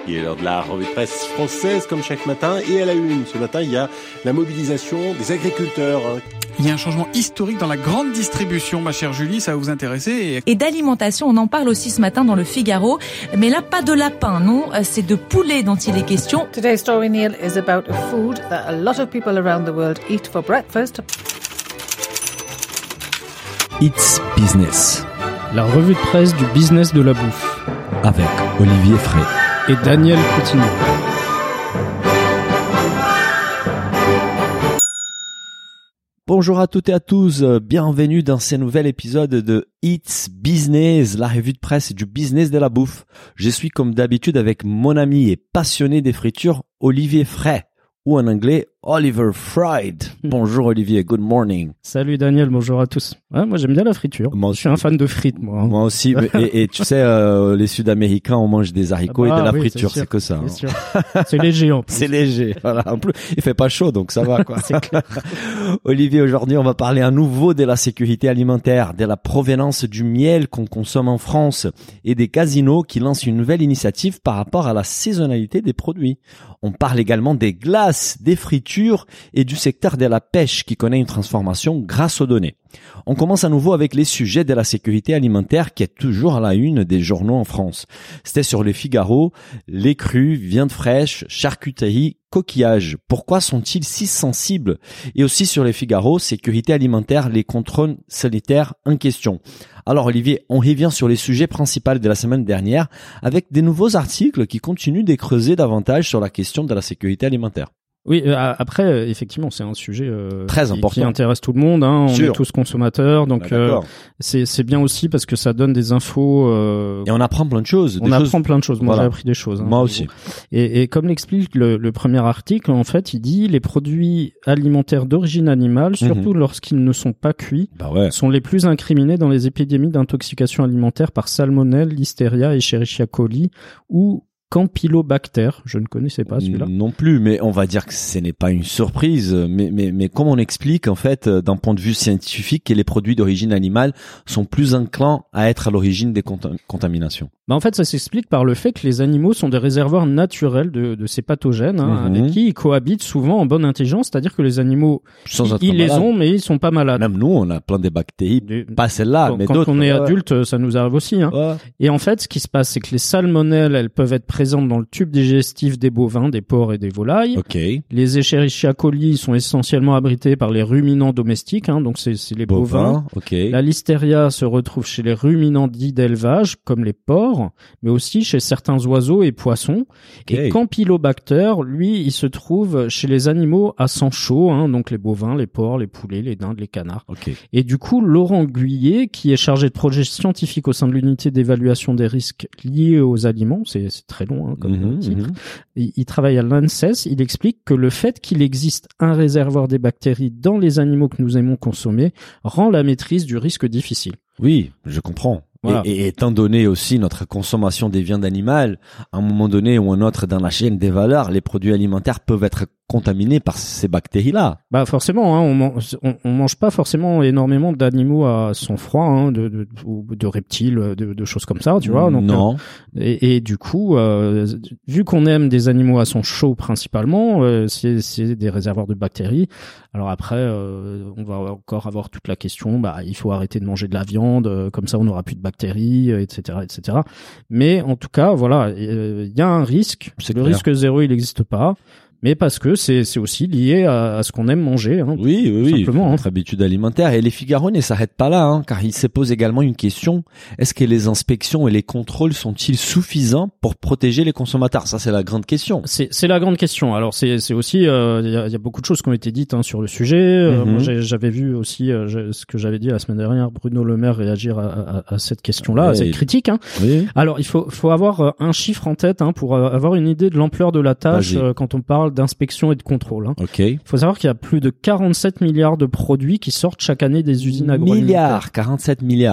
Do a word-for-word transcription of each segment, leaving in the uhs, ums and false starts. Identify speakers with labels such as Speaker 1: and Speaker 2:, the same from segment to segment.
Speaker 1: Il est l'heure de la revue de presse française comme chaque matin et à la une. Ce matin, il y a la mobilisation des agriculteurs.
Speaker 2: Il y a un changement historique dans la grande distribution, ma chère Julie, ça va vous intéresser.
Speaker 3: Et d'alimentation, on en parle aussi ce matin dans le Figaro. Mais là, pas de lapin, non, c'est de poulet dont il est question.
Speaker 4: Today's story, Neil, is about a food that a lot of people around the world eat for breakfast.
Speaker 5: It's Business.
Speaker 6: La revue de presse du business de la bouffe.
Speaker 5: Avec Olivier Fray.
Speaker 6: Et Daniel Coutinho.
Speaker 5: Bonjour à toutes et à tous, bienvenue dans ce nouvel épisode de It's Business, la revue de presse du business de la bouffe. Je suis comme d'habitude avec mon ami et passionné des fritures, Olivier Fray, ou en anglais, Oliver Fried. Bonjour Olivier, good morning.
Speaker 6: Salut Daniel, bonjour à tous. Ouais, moi j'aime bien la friture. Moi, je suis un fan de frites, moi. Hein.
Speaker 5: Moi aussi, et, et tu sais, euh, les Sud-Américains, on mange des haricots ah bah, et de la oui, friture, c'est, c'est que ça.
Speaker 6: C'est,
Speaker 5: hein.
Speaker 6: sûr. C'est léger en plus.
Speaker 5: C'est léger, voilà. En plus, il fait pas chaud, donc ça va quoi.
Speaker 6: C'est clair.
Speaker 5: Olivier, aujourd'hui, on va parler à nouveau de la sécurité alimentaire, de la provenance du miel qu'on consomme en France et des casinos qui lancent une nouvelle initiative par rapport à la saisonnalité des produits. On parle également des glaces, des fritures et du secteur de la pêche qui connaît une transformation grâce aux données. On commence à nouveau avec les sujets de la sécurité alimentaire qui est toujours à la une des journaux en France. C'était sur le Figaro, les crus, viande fraîche, charcuterie, coquillages. Pourquoi sont-ils si sensibles? Et aussi sur le Figaro, sécurité alimentaire, les contrôles sanitaires en question. Alors Olivier, on revient sur les sujets principaux de la semaine dernière avec des nouveaux articles qui continuent de creuser davantage sur la question de la sécurité alimentaire.
Speaker 6: Oui, euh, après, euh, effectivement, c'est un sujet euh,
Speaker 5: très
Speaker 6: qui,
Speaker 5: important,
Speaker 6: qui intéresse tout le monde. Hein. On
Speaker 5: Sûr.
Speaker 6: est tous consommateurs, donc euh, c'est c'est bien aussi parce que ça donne des infos. Euh,
Speaker 5: et on apprend plein de choses.
Speaker 6: On
Speaker 5: des
Speaker 6: apprend
Speaker 5: choses...
Speaker 6: plein de choses. Moi,
Speaker 5: voilà.
Speaker 6: j'ai appris des choses. Hein,
Speaker 5: Moi aussi.
Speaker 6: Et, et comme l'explique le, le premier article, en fait, il dit les produits alimentaires d'origine animale, surtout mmh. lorsqu'ils ne sont pas cuits,
Speaker 5: bah ouais.
Speaker 6: sont les plus incriminés dans les épidémies d'intoxication alimentaire par salmonelle, listeria, Escherichia coli ou Campylobacter, je ne connaissais pas celui-là.
Speaker 5: Non plus, mais on va dire que ce n'est pas une surprise. Mais, mais, mais comme on explique, en fait, d'un point de vue scientifique, que les produits d'origine animale sont plus enclins à être à l'origine des contam- contaminations.
Speaker 6: Bah en fait, ça s'explique par le fait que les animaux sont des réservoirs naturels de, de ces pathogènes, hein, mmh. avec qui ils cohabitent souvent en bonne intelligence, c'est-à-dire que les animaux, Sans ils, ils les ont, mais ils sont pas malades.
Speaker 5: Même nous, on a plein de bactéries, des... pas celles-là,
Speaker 6: quand,
Speaker 5: mais
Speaker 6: quand
Speaker 5: d'autres.
Speaker 6: Quand on est
Speaker 5: ouais.
Speaker 6: adulte, ça nous arrive aussi. Hein.
Speaker 5: Ouais.
Speaker 6: Et en fait, ce qui se passe, c'est que les salmonelles, elles peuvent être présentes dans le tube digestif des bovins, des porcs et des volailles.
Speaker 5: Okay.
Speaker 6: Les Escherichia coli sont essentiellement abrités par les ruminants domestiques, hein, donc c'est, c'est les bovins.
Speaker 5: bovins. Okay.
Speaker 6: La listeria se retrouve chez les ruminants dits d'élevage, comme les porcs, mais aussi chez certains oiseaux et poissons. Okay. Et Campylobacter, lui, il se trouve chez les animaux à sang chaud, hein, donc les bovins, les porcs, les poulets, les dindes, les canards.
Speaker 5: Okay.
Speaker 6: Et du coup, Laurent Guyet, qui est chargé de projet scientifique au sein de l'unité d'évaluation des risques liés aux aliments, c'est, c'est très long hein, comme mmh, titre, mmh. il, il travaille à l'ANSES, il explique que le fait qu'il existe un réservoir des bactéries dans les animaux que nous aimons consommer rend la maîtrise du risque difficile.
Speaker 5: Oui, je comprends. Voilà. Et, et étant donné aussi notre consommation des viandes animales, à un moment donné ou un autre dans la chaîne des valeurs, les produits alimentaires peuvent être contaminés par ces bactéries-là.
Speaker 6: Bah forcément, hein, on, mange, on, on mange pas forcément énormément d'animaux à sang froid, hein, de, de, de, de reptiles, de, de choses comme ça, tu vois. Donc,
Speaker 5: non.
Speaker 6: Euh, et, et du coup, euh, vu qu'on aime des animaux à sang chaud principalement, euh, c'est, c'est des réservoirs de bactéries. Alors après, euh, on va encore avoir toute la question, bah il faut arrêter de manger de la viande, euh, comme ça on n'aura plus de bactéries, et cetera, et cetera. Mais en tout cas, voilà, il euh, y a un risque.
Speaker 5: C'est
Speaker 6: le
Speaker 5: clair.
Speaker 6: Risque zéro, il n'existe pas. Mais parce que c'est c'est aussi lié à, à ce qu'on aime manger, hein,
Speaker 5: oui, oui, oui,
Speaker 6: simplement,
Speaker 5: notre
Speaker 6: hein.
Speaker 5: habitude alimentaire. Et les Figaro ne s'arrêtent pas là, hein, car il se pose également une question: est-ce que les inspections et les contrôles sont-ils suffisants pour protéger les consommateurs? Ça, c'est la grande question.
Speaker 6: C'est c'est la grande question. Alors c'est c'est aussi il euh, y, a, y a beaucoup de choses qui ont été dites hein, sur le sujet. Euh, mm-hmm. Moi, j'ai, j'avais vu aussi euh, ce que j'avais dit la semaine dernière, Bruno Le Maire réagir à, à, à cette question-là,
Speaker 5: oui.
Speaker 6: à cette critique. Hein.
Speaker 5: Oui.
Speaker 6: Alors il faut faut avoir un chiffre en tête hein, pour avoir une idée de l'ampleur de la tâche euh, quand on parle d'inspection et de contrôle. Hein.
Speaker 5: Ok. Il
Speaker 6: faut savoir qu'il y a plus de quarante-sept milliards de produits qui sortent chaque année des usines agroalimentaires.
Speaker 5: Milliards, quarante-sept milliards.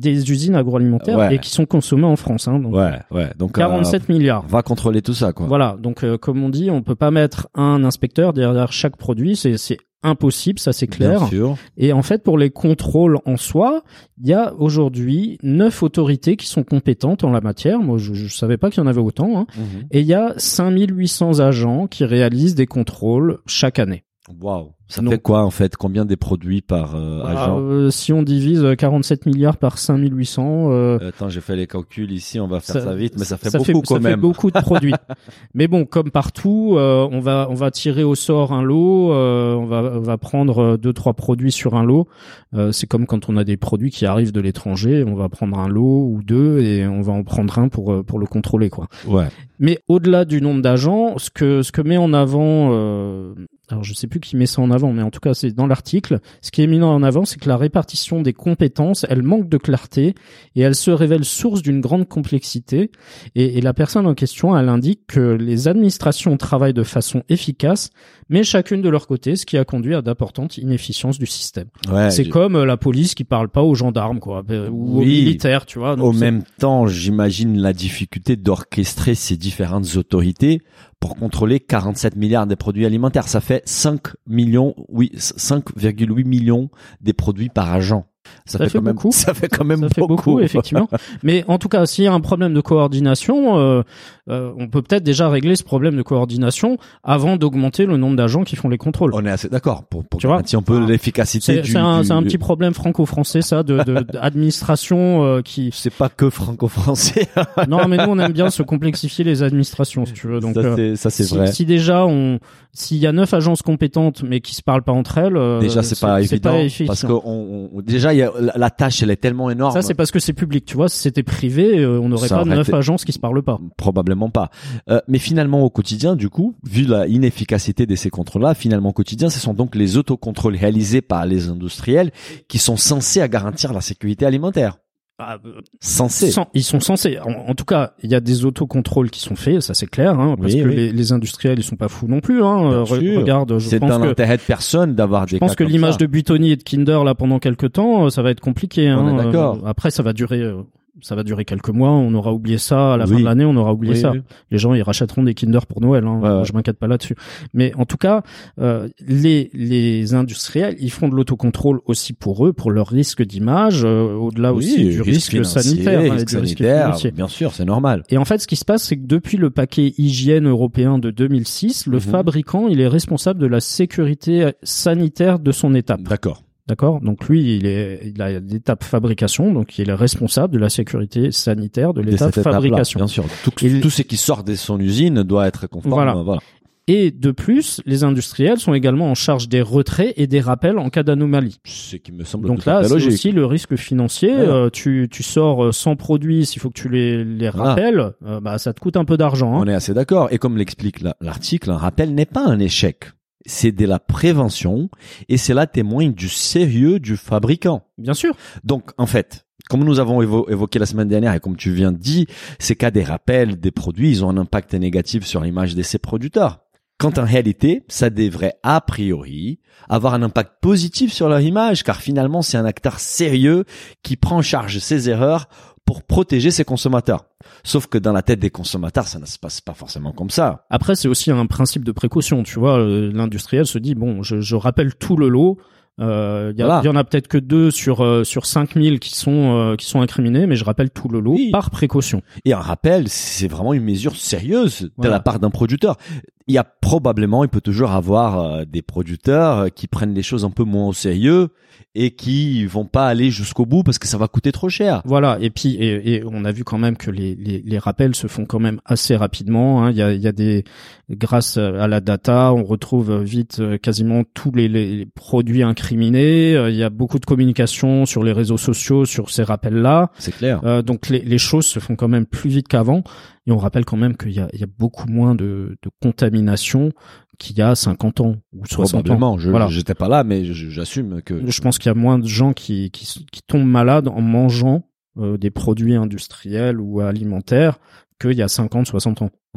Speaker 6: des usines agroalimentaires
Speaker 5: Ouais.
Speaker 6: et qui sont consommées en France. Hein, donc
Speaker 5: Ouais, ouais. Donc
Speaker 6: quarante-sept milliards.
Speaker 5: euh, va contrôler tout ça, quoi.
Speaker 6: Voilà. Donc euh, comme on dit, on peut pas mettre un inspecteur derrière chaque produit. C'est c'est impossible, ça c'est clair.
Speaker 5: Bien sûr.
Speaker 6: Et en fait, pour les contrôles en soi, il y a aujourd'hui neuf autorités qui sont compétentes en la matière. Moi, je, je savais pas qu'il y en avait autant. Hein.
Speaker 5: Mhm.
Speaker 6: Et il y a cinq mille huit cents agents qui réalisent des contrôles chaque année.
Speaker 5: Waouh. Ça
Speaker 6: Donc-
Speaker 5: fait quoi en fait? Combien des produits par euh, agent?
Speaker 6: Euh, si on divise quarante-sept milliards par cinq mille huit cents, euh,
Speaker 5: Attends, j'ai fait les calculs ici, on va faire ça,
Speaker 6: Ça-
Speaker 5: vite, mais ça fait
Speaker 6: ça
Speaker 5: beaucoup
Speaker 6: fait,
Speaker 5: quand
Speaker 6: ça fait
Speaker 5: même.
Speaker 6: beaucoup de produits. Mais bon, comme partout, euh, on va on va tirer au sort un lot. Euh, on va on va prendre euh, deux trois produits sur un lot. Euh, c'est comme quand on a des produits qui arrivent de l'étranger, on va prendre un lot ou deux et on va en prendre un pour euh, pour le contrôler, quoi.
Speaker 5: Ouais.
Speaker 6: Mais au-delà du nombre d'agents, ce que ce que met en avant, euh, alors je sais plus qui met ça en avant, mais en tout cas c'est dans l'article. Ce qui est mis en avant, c'est que la répartition des compétences, elle manque de clarté et elle se révèle source d'une grande complexité. Et, et la personne en question, elle indique que les administrations travaillent de façon efficace, mais chacune de leur côté, ce qui a conduit à d'importantes inefficiences du système.
Speaker 5: Ouais.
Speaker 6: c'est
Speaker 5: j'ai-
Speaker 6: comme euh, la police qui parle pas aux gendarmes, quoi, euh, ou aux
Speaker 5: Oui.
Speaker 6: militaires, tu vois. Donc
Speaker 5: Au
Speaker 6: c'est-
Speaker 5: même temps, j'imagine la difficulté d'orchestrer ces différentes autorités pour contrôler quarante-sept milliards des produits alimentaires. Ça fait cinq millions, oui, cinq virgule huit millions des produits par agent. Ça,
Speaker 6: Ça fait
Speaker 5: quand même,
Speaker 6: beaucoup.
Speaker 5: ça fait quand même
Speaker 6: Ça fait beaucoup, effectivement. Mais en tout cas, s'il y a un problème de coordination, euh, euh, on peut peut-être déjà régler ce problème de coordination avant d'augmenter le nombre d'agents qui font les contrôles.
Speaker 5: On est assez d'accord pour, pour
Speaker 6: Tu vois
Speaker 5: garantir un peu
Speaker 6: Ah.
Speaker 5: l'efficacité
Speaker 6: C'est
Speaker 5: du,
Speaker 6: c'est un,
Speaker 5: du-
Speaker 6: c'est un petit problème franco-français, ça, de, de d'administration euh, qui.
Speaker 5: C'est pas que franco-français.
Speaker 6: Non, mais nous, on aime bien se complexifier les administrations, si tu veux. Donc,
Speaker 5: ça,
Speaker 6: euh,
Speaker 5: c'est, ça, c'est
Speaker 6: si,
Speaker 5: vrai.
Speaker 6: si déjà on, s'il y a neuf agences compétentes mais qui se parlent pas entre elles, euh,
Speaker 5: Déjà, c'est pas évident
Speaker 6: efficient.
Speaker 5: parce que on, on- déjà, il y a, la, la tâche, elle est tellement énorme.
Speaker 6: Ça, c'est parce que c'est public, tu vois. Si c'était privé, euh, on n'aurait
Speaker 5: Ça
Speaker 6: pas
Speaker 5: aurait
Speaker 6: neuf
Speaker 5: été-
Speaker 6: agences qui se parlent pas.
Speaker 5: Probablement pas. Euh, mais finalement, au quotidien, du coup, vu la inefficacité de ces contrôles-là, finalement, au quotidien, ce sont donc les autocontrôles réalisés par les industriels qui sont censés à garantir la sécurité alimentaire.
Speaker 6: Ah, euh,
Speaker 5: Censés.
Speaker 6: Sans- ils sont censés. En, en tout cas, il y a des autocontrôles qui sont faits, ça c'est clair, hein, parce
Speaker 5: Oui,
Speaker 6: que
Speaker 5: oui.
Speaker 6: les, les industriels ils sont pas fous non plus. Hein.
Speaker 5: Bien
Speaker 6: Euh, re-
Speaker 5: sûr.
Speaker 6: regarde, je
Speaker 5: C'est
Speaker 6: pense
Speaker 5: dans
Speaker 6: que
Speaker 5: l'intérêt de personne d'avoir des
Speaker 6: je pense
Speaker 5: cas
Speaker 6: que
Speaker 5: comme
Speaker 6: l'image
Speaker 5: ça.
Speaker 6: de Buitoni et de Kinder là pendant quelques temps, euh, ça va être compliqué.
Speaker 5: On
Speaker 6: Hein.
Speaker 5: est d'accord.
Speaker 6: Euh, après, ça va durer. euh, Ça va durer quelques mois, on aura oublié ça, à la fin
Speaker 5: Oui.
Speaker 6: de l'année, on aura oublié
Speaker 5: Oui,
Speaker 6: ça.
Speaker 5: oui.
Speaker 6: Les gens, ils rachèteront des Kinder pour Noël, hein.
Speaker 5: Ouais, ouais.
Speaker 6: Je m'inquiète pas là-dessus. Mais en tout cas, euh, les, les industriels, ils font de l'autocontrôle aussi pour eux, pour leur risque d'image, euh, au-delà
Speaker 5: Oui,
Speaker 6: aussi du risque
Speaker 5: financier,
Speaker 6: sanitaire, hein, et
Speaker 5: risque
Speaker 6: du risque
Speaker 5: sanitaire,
Speaker 6: financier.
Speaker 5: bien sûr, c'est normal.
Speaker 6: Et en fait, ce qui se passe, c'est que depuis le paquet hygiène européen de deux mille six, le
Speaker 5: Mhm.
Speaker 6: fabricant, il est responsable de la sécurité sanitaire de son étape.
Speaker 5: D'accord.
Speaker 6: D'accord? Donc lui, il est, il a l'étape fabrication, donc il est responsable de la sécurité sanitaire de
Speaker 5: De
Speaker 6: l'étape
Speaker 5: cette étape-là,
Speaker 6: fabrication.
Speaker 5: bien sûr. Tout,
Speaker 6: Il-
Speaker 5: tout ce qui sort de son usine doit être conforme.
Speaker 6: Voilà.
Speaker 5: Voilà.
Speaker 6: Et de plus, les industriels sont également en charge des retraits et des rappels en cas d'anomalie.
Speaker 5: Ce qui me semble
Speaker 6: Donc
Speaker 5: tout à
Speaker 6: là,
Speaker 5: fait
Speaker 6: c'est
Speaker 5: logique.
Speaker 6: aussi le risque financier.
Speaker 5: Voilà.
Speaker 6: Euh, tu, tu sors euh, cent produits, s'il faut que tu les, les
Speaker 5: Voilà.
Speaker 6: rappelles, euh, bah ça te coûte un peu d'argent. Hein.
Speaker 5: On est assez d'accord. Et comme l'explique la- l'article, un rappel n'est pas un échec. C'est de la prévention et cela témoigne du sérieux du fabricant.
Speaker 6: Bien sûr.
Speaker 5: Donc, en fait, comme nous avons évo- évoqué la semaine dernière et comme tu viens de dire, ces cas des rappels des produits, ils ont un impact négatif sur l'image de ces producteurs. Quand en réalité, ça devrait a priori avoir un impact positif sur leur image, car finalement, c'est un acteur sérieux qui prend en charge ses erreurs pour protéger ses consommateurs. Sauf que dans la tête des consommateurs, ça ne se passe pas forcément comme ça.
Speaker 6: Après, c'est aussi un principe de précaution. Tu vois, euh, l'industriel se dit bon, je, je rappelle tout le lot. Il euh, y,
Speaker 5: Voilà.
Speaker 6: y en a peut-être que deux sur euh, sur cinq mille qui sont euh, qui sont incriminés, mais je rappelle tout le lot
Speaker 5: Oui.
Speaker 6: par précaution.
Speaker 5: Et un rappel, c'est vraiment une mesure sérieuse de
Speaker 6: Voilà.
Speaker 5: la part d'un producteur. Il y a probablement, il peut toujours avoir euh, des producteurs euh, qui prennent les choses un peu moins au sérieux et qui vont pas aller jusqu'au bout parce que ça va coûter trop cher.
Speaker 6: Voilà. Et puis et, et on a vu quand même que les, les les rappels se font quand même assez rapidement. Hein. Il y a il y a des grâce à la data, on retrouve vite euh, quasiment tous les, les produits incriminés. Euh, Il y a beaucoup de communication sur les réseaux sociaux sur ces rappels-là.
Speaker 5: C'est clair.
Speaker 6: Euh, donc les, les choses se font quand même plus vite qu'avant. Et on rappelle quand même qu'il y a, il y a beaucoup moins de, de contamination qu'il y a cinquante ans ou soixante ans.
Speaker 5: Probablement. Je,
Speaker 6: Voilà.
Speaker 5: j'étais pas là, mais je- j'assume que.
Speaker 6: Je pense qu'il y a moins de gens qui, qui, qui tombent malades en mangeant euh, des produits industriels ou alimentaires qu'il y a cinquante, soixante ans.
Speaker 5: Oui.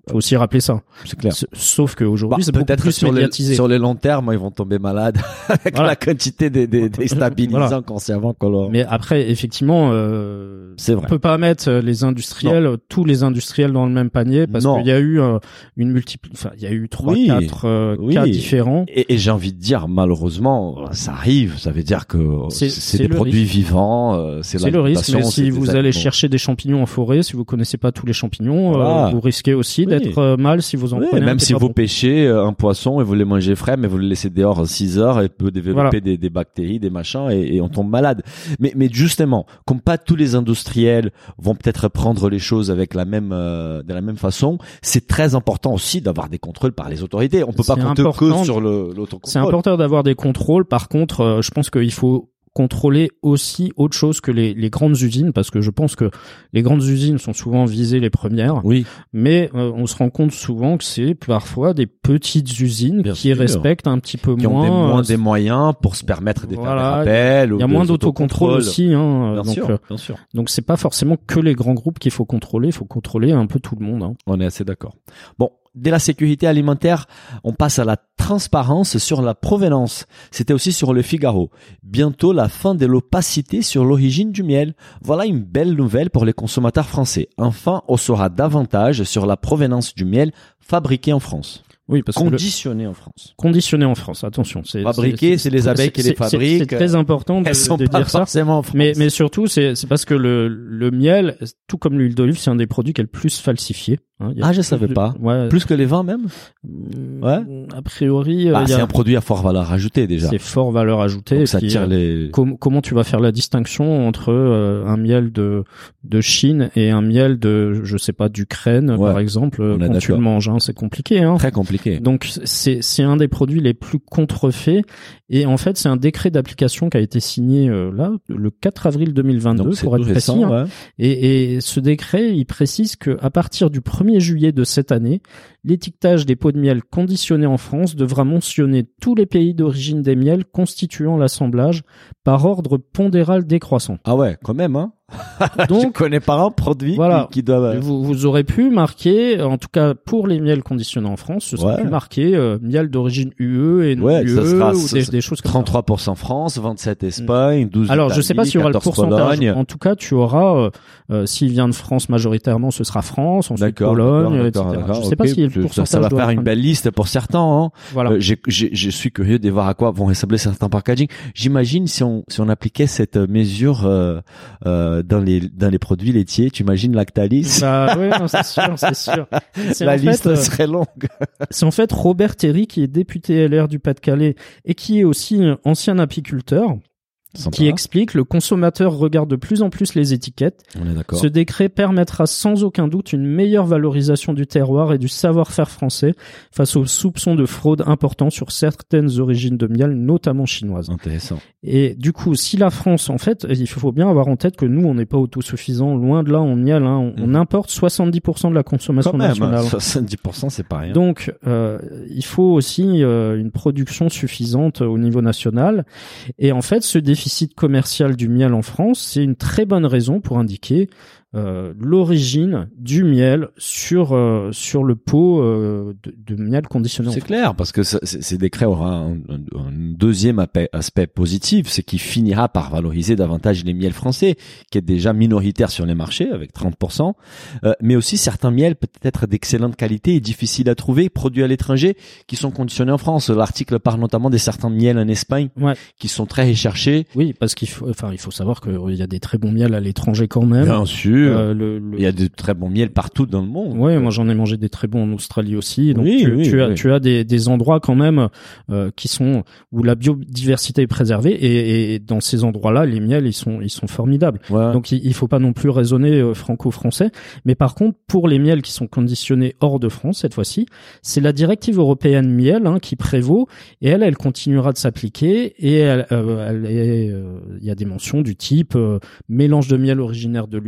Speaker 6: Faut aussi rappeler ça.
Speaker 5: C'est clair.
Speaker 6: S- Sauf qu'aujourd'hui,
Speaker 5: Bah,
Speaker 6: c'est beaucoup
Speaker 5: peut-être
Speaker 6: plus
Speaker 5: sur
Speaker 6: médiatisé.
Speaker 5: les, sur les longs termes, ils vont tomber malades avec
Speaker 6: Voilà.
Speaker 5: la quantité des, des, des stabilisants
Speaker 6: Voilà.
Speaker 5: conservants colorants.
Speaker 6: Mais après, effectivement, euh,
Speaker 5: C'est vrai.
Speaker 6: on peut pas mettre les industriels, tous les industriels dans le même panier parce
Speaker 5: Non.
Speaker 6: qu'il y a eu euh, une multipli... enfin, il y a eu trois,
Speaker 5: Oui.
Speaker 6: quatre euh,
Speaker 5: Oui.
Speaker 6: cas différents.
Speaker 5: Et, et j'ai envie de dire, malheureusement, ça arrive. Ça veut dire que
Speaker 6: C'est-
Speaker 5: c'est,
Speaker 6: c'est
Speaker 5: des
Speaker 6: le
Speaker 5: produits
Speaker 6: risque.
Speaker 5: vivants. euh, C'est,
Speaker 6: C'est le risque, mais
Speaker 5: l'alimentation,
Speaker 6: si
Speaker 5: c'est
Speaker 6: vous
Speaker 5: des
Speaker 6: allez
Speaker 5: aliments.
Speaker 6: chercher des champignons en forêt, si vous connaissez pas tous les champignons,
Speaker 5: Voilà.
Speaker 6: euh, vous risquez aussi
Speaker 5: Oui.
Speaker 6: d'être euh, mal si vous en
Speaker 5: Oui,
Speaker 6: prenez un
Speaker 5: même
Speaker 6: qui est
Speaker 5: si
Speaker 6: pas
Speaker 5: vous
Speaker 6: bon.
Speaker 5: pêchez euh, un poisson et vous le mangez frais, mais vous le laissez dehors six heures et peut développer
Speaker 6: Voilà.
Speaker 5: des, des bactéries, des machins et, et on tombe malade. Mais, mais justement, comme pas tous les industriels vont peut-être prendre les choses avec la même euh, de la même façon, c'est très important aussi d'avoir des contrôles par les autorités. On peut pas
Speaker 6: C'est
Speaker 5: compter
Speaker 6: important.
Speaker 5: que sur le l'autocontrôle.
Speaker 6: C'est important d'avoir des contrôles. Par contre, euh, je pense qu'il faut contrôler aussi autre chose que les, les grandes usines, parce que je pense que les grandes usines sont souvent visées les premières,
Speaker 5: Oui,
Speaker 6: mais euh, on se rend compte souvent que c'est parfois des petites usines
Speaker 5: Bien
Speaker 6: qui
Speaker 5: sûr.
Speaker 6: respectent un petit peu
Speaker 5: qui ont
Speaker 6: moins.
Speaker 5: des, moins
Speaker 6: euh,
Speaker 5: des moyens pour se permettre de
Speaker 6: Voilà.
Speaker 5: faire des rappels.
Speaker 6: il y a
Speaker 5: ou
Speaker 6: moins
Speaker 5: des
Speaker 6: d'autocontrôle
Speaker 5: autocontrôles.
Speaker 6: aussi, hein.
Speaker 5: Bien
Speaker 6: donc,
Speaker 5: sûr,
Speaker 6: euh,
Speaker 5: bien sûr.
Speaker 6: donc c'est pas forcément que les grands groupes qu'il faut contrôler, il faut contrôler un peu tout le monde. Hein.
Speaker 5: On est assez d'accord. Bon, dès la sécurité alimentaire, on passe à la transparence sur la provenance. C'était aussi sur le Figaro. Bientôt la fin de l'opacité sur l'origine du miel. Voilà une belle nouvelle pour les consommateurs français. Enfin, on saura davantage sur la provenance du miel fabriqué en France.
Speaker 6: Oui, parce que le-
Speaker 5: Conditionné en France.
Speaker 6: conditionné en France, attention. C'est,
Speaker 5: Fabriqué, c'est les abeilles qui les
Speaker 6: c'est- c'est-
Speaker 5: fabriquent.
Speaker 6: C'est très important de,
Speaker 5: Elles sont
Speaker 6: de
Speaker 5: pas
Speaker 6: dire ça.
Speaker 5: forcément en France.
Speaker 6: Mais, mais surtout, c'est, c'est parce que le, le miel, tout comme l'huile d'olive, c'est un des produits qui est le plus falsifié. Hein. Il y a
Speaker 5: Ah, je
Speaker 6: plus
Speaker 5: savais
Speaker 6: de-
Speaker 5: pas.
Speaker 6: Ouais.
Speaker 5: Plus que les vins même.
Speaker 6: Mm,
Speaker 5: Ouais.
Speaker 6: A priori, euh,
Speaker 5: Bah,
Speaker 6: il y
Speaker 5: c'est
Speaker 6: a,
Speaker 5: un produit à fort valeur ajoutée déjà.
Speaker 6: c'est fort valeur ajoutée.
Speaker 5: Donc
Speaker 6: et
Speaker 5: ça
Speaker 6: puis,
Speaker 5: tire
Speaker 6: euh,
Speaker 5: les.
Speaker 6: com- comment tu vas faire la distinction entre euh, un miel de de Chine et un miel de, je sais pas, d'Ukraine,
Speaker 5: Ouais.
Speaker 6: par exemple,
Speaker 5: On est
Speaker 6: quand tu
Speaker 5: d'accord.
Speaker 6: le manges, hein, c'est compliqué. Hein.
Speaker 5: Très compliqué.
Speaker 6: Donc c'est c'est un des produits les plus contrefaits et en fait c'est un décret d'application qui a été signé euh, là le quatre avril deux mille vingt-deux
Speaker 5: Donc c'est
Speaker 6: pour être
Speaker 5: tout
Speaker 6: précis.
Speaker 5: récent,
Speaker 6: hein.
Speaker 5: ouais.
Speaker 6: Et, et ce décret il précise que à partir du premier juillet de cette année, l'étiquetage des pots de miel conditionnés en France devra mentionner tous les pays d'origine des miels constituant l'assemblage par ordre pondéral décroissant.
Speaker 5: Ah ouais, quand même, hein. Je
Speaker 6: Donc
Speaker 5: connais pas un produit
Speaker 6: voilà.
Speaker 5: qui, qui doit.
Speaker 6: Vous, vous aurez pu marquer, en tout cas pour les miels conditionnés en France, ce sera
Speaker 5: Ouais.
Speaker 6: pu marquer euh, miel d'origine U E et non
Speaker 5: Ouais,
Speaker 6: U E
Speaker 5: ça sera-
Speaker 6: ou
Speaker 5: ça-
Speaker 6: des,
Speaker 5: ça-
Speaker 6: des choses comme ça.
Speaker 5: trente-trois pour cent France, vingt-sept Espagne, douze
Speaker 6: Alors, je sais pas
Speaker 5: Italie,
Speaker 6: s'il y aura le
Speaker 5: quatorze
Speaker 6: pourcentage.
Speaker 5: Pologne.
Speaker 6: En tout cas, tu auras, euh, euh, s'il vient de France majoritairement, ce sera France, ensuite
Speaker 5: D'accord,
Speaker 6: Pologne,
Speaker 5: d'accord,
Speaker 6: et cetera.
Speaker 5: d'accord,
Speaker 6: Je sais
Speaker 5: ok.
Speaker 6: pas s'il y a le
Speaker 5: Ça-
Speaker 6: pourcentage.
Speaker 5: Ça va
Speaker 6: doit
Speaker 5: faire
Speaker 6: être
Speaker 5: une
Speaker 6: un-
Speaker 5: belle liste pour certains. Hein.
Speaker 6: Voilà.
Speaker 5: Euh, j'ai- j'ai- je suis curieux de voir à quoi vont ressembler certains packaging. J'imagine si on si on appliquait cette mesure euh, euh, dans les dans les produits laitiers, tu imagines Lactalis.
Speaker 6: Bah, ouais, non, c'est sûr, c'est sûr. C'est
Speaker 5: La
Speaker 6: en
Speaker 5: liste
Speaker 6: fait, euh,
Speaker 5: serait longue.
Speaker 6: C'est en fait Robert Terry qui est député L R du Pas-de-Calais et qui est aussi euh, ancien apiculteur.
Speaker 5: Sympa.
Speaker 6: Qui explique le consommateur regarde de plus en plus les étiquettes.
Speaker 5: On est d'accord.
Speaker 6: Ce décret permettra sans aucun doute une meilleure valorisation du terroir et du savoir-faire français face aux soupçons de fraude importants sur certaines origines de miel, notamment chinoises.
Speaker 5: Intéressant.
Speaker 6: Et du coup, si la France, en fait, il faut bien avoir en tête que nous, on n'est pas autosuffisant, loin de là en miel, hein, on, on importe soixante-dix pour cent de la consommation
Speaker 5: Quand même,
Speaker 6: nationale.
Speaker 5: soixante-dix pour cent c'est pas rien.
Speaker 6: Donc, euh, il faut aussi euh, une production suffisante au niveau national. Et en fait, ce déficit commercial du miel en France, c'est une très bonne raison pour indiquer euh, l'origine du miel sur euh, sur le pot euh, de, de miel conditionné en
Speaker 5: C'est
Speaker 6: France.
Speaker 5: clair, parce que ça- c'est- ces décrets aura un, un- un deuxième aspect, aspect positif, c'est qu'il finira par valoriser davantage les miels français, qui est déjà minoritaire sur les marchés, avec trente pour cent, euh, mais aussi certains miels peut-être d'excellente qualité et difficiles à trouver, produits à l'étranger, qui sont conditionnés en France. L'article parle notamment de certains miels en Espagne,
Speaker 6: Ouais.
Speaker 5: qui sont très recherchés.
Speaker 6: Oui, parce qu'il faut, enfin, il faut savoir qu'il y a des très bons miels à l'étranger quand même.
Speaker 5: Bien sûr,
Speaker 6: Euh, le, le-
Speaker 5: il y a de très bons miels partout dans le monde.
Speaker 6: Ouais, moi j'en ai mangé des très bons en Australie aussi. Donc
Speaker 5: Oui,
Speaker 6: tu,
Speaker 5: oui,
Speaker 6: tu as
Speaker 5: oui.
Speaker 6: tu as des des endroits quand même euh, qui sont où la biodiversité est préservée et, et dans ces endroits-là, les miels ils sont ils sont formidables.
Speaker 5: Ouais.
Speaker 6: Donc il, il faut pas non plus raisonner euh, franco-français, mais par contre pour les miels qui sont conditionnés hors de France cette fois-ci, c'est la directive européenne miel hein, qui prévaut et elle elle continuera de s'appliquer et elle, euh, elle est, euh, il y a des mentions du type euh, mélange de miel originaire de l'U E,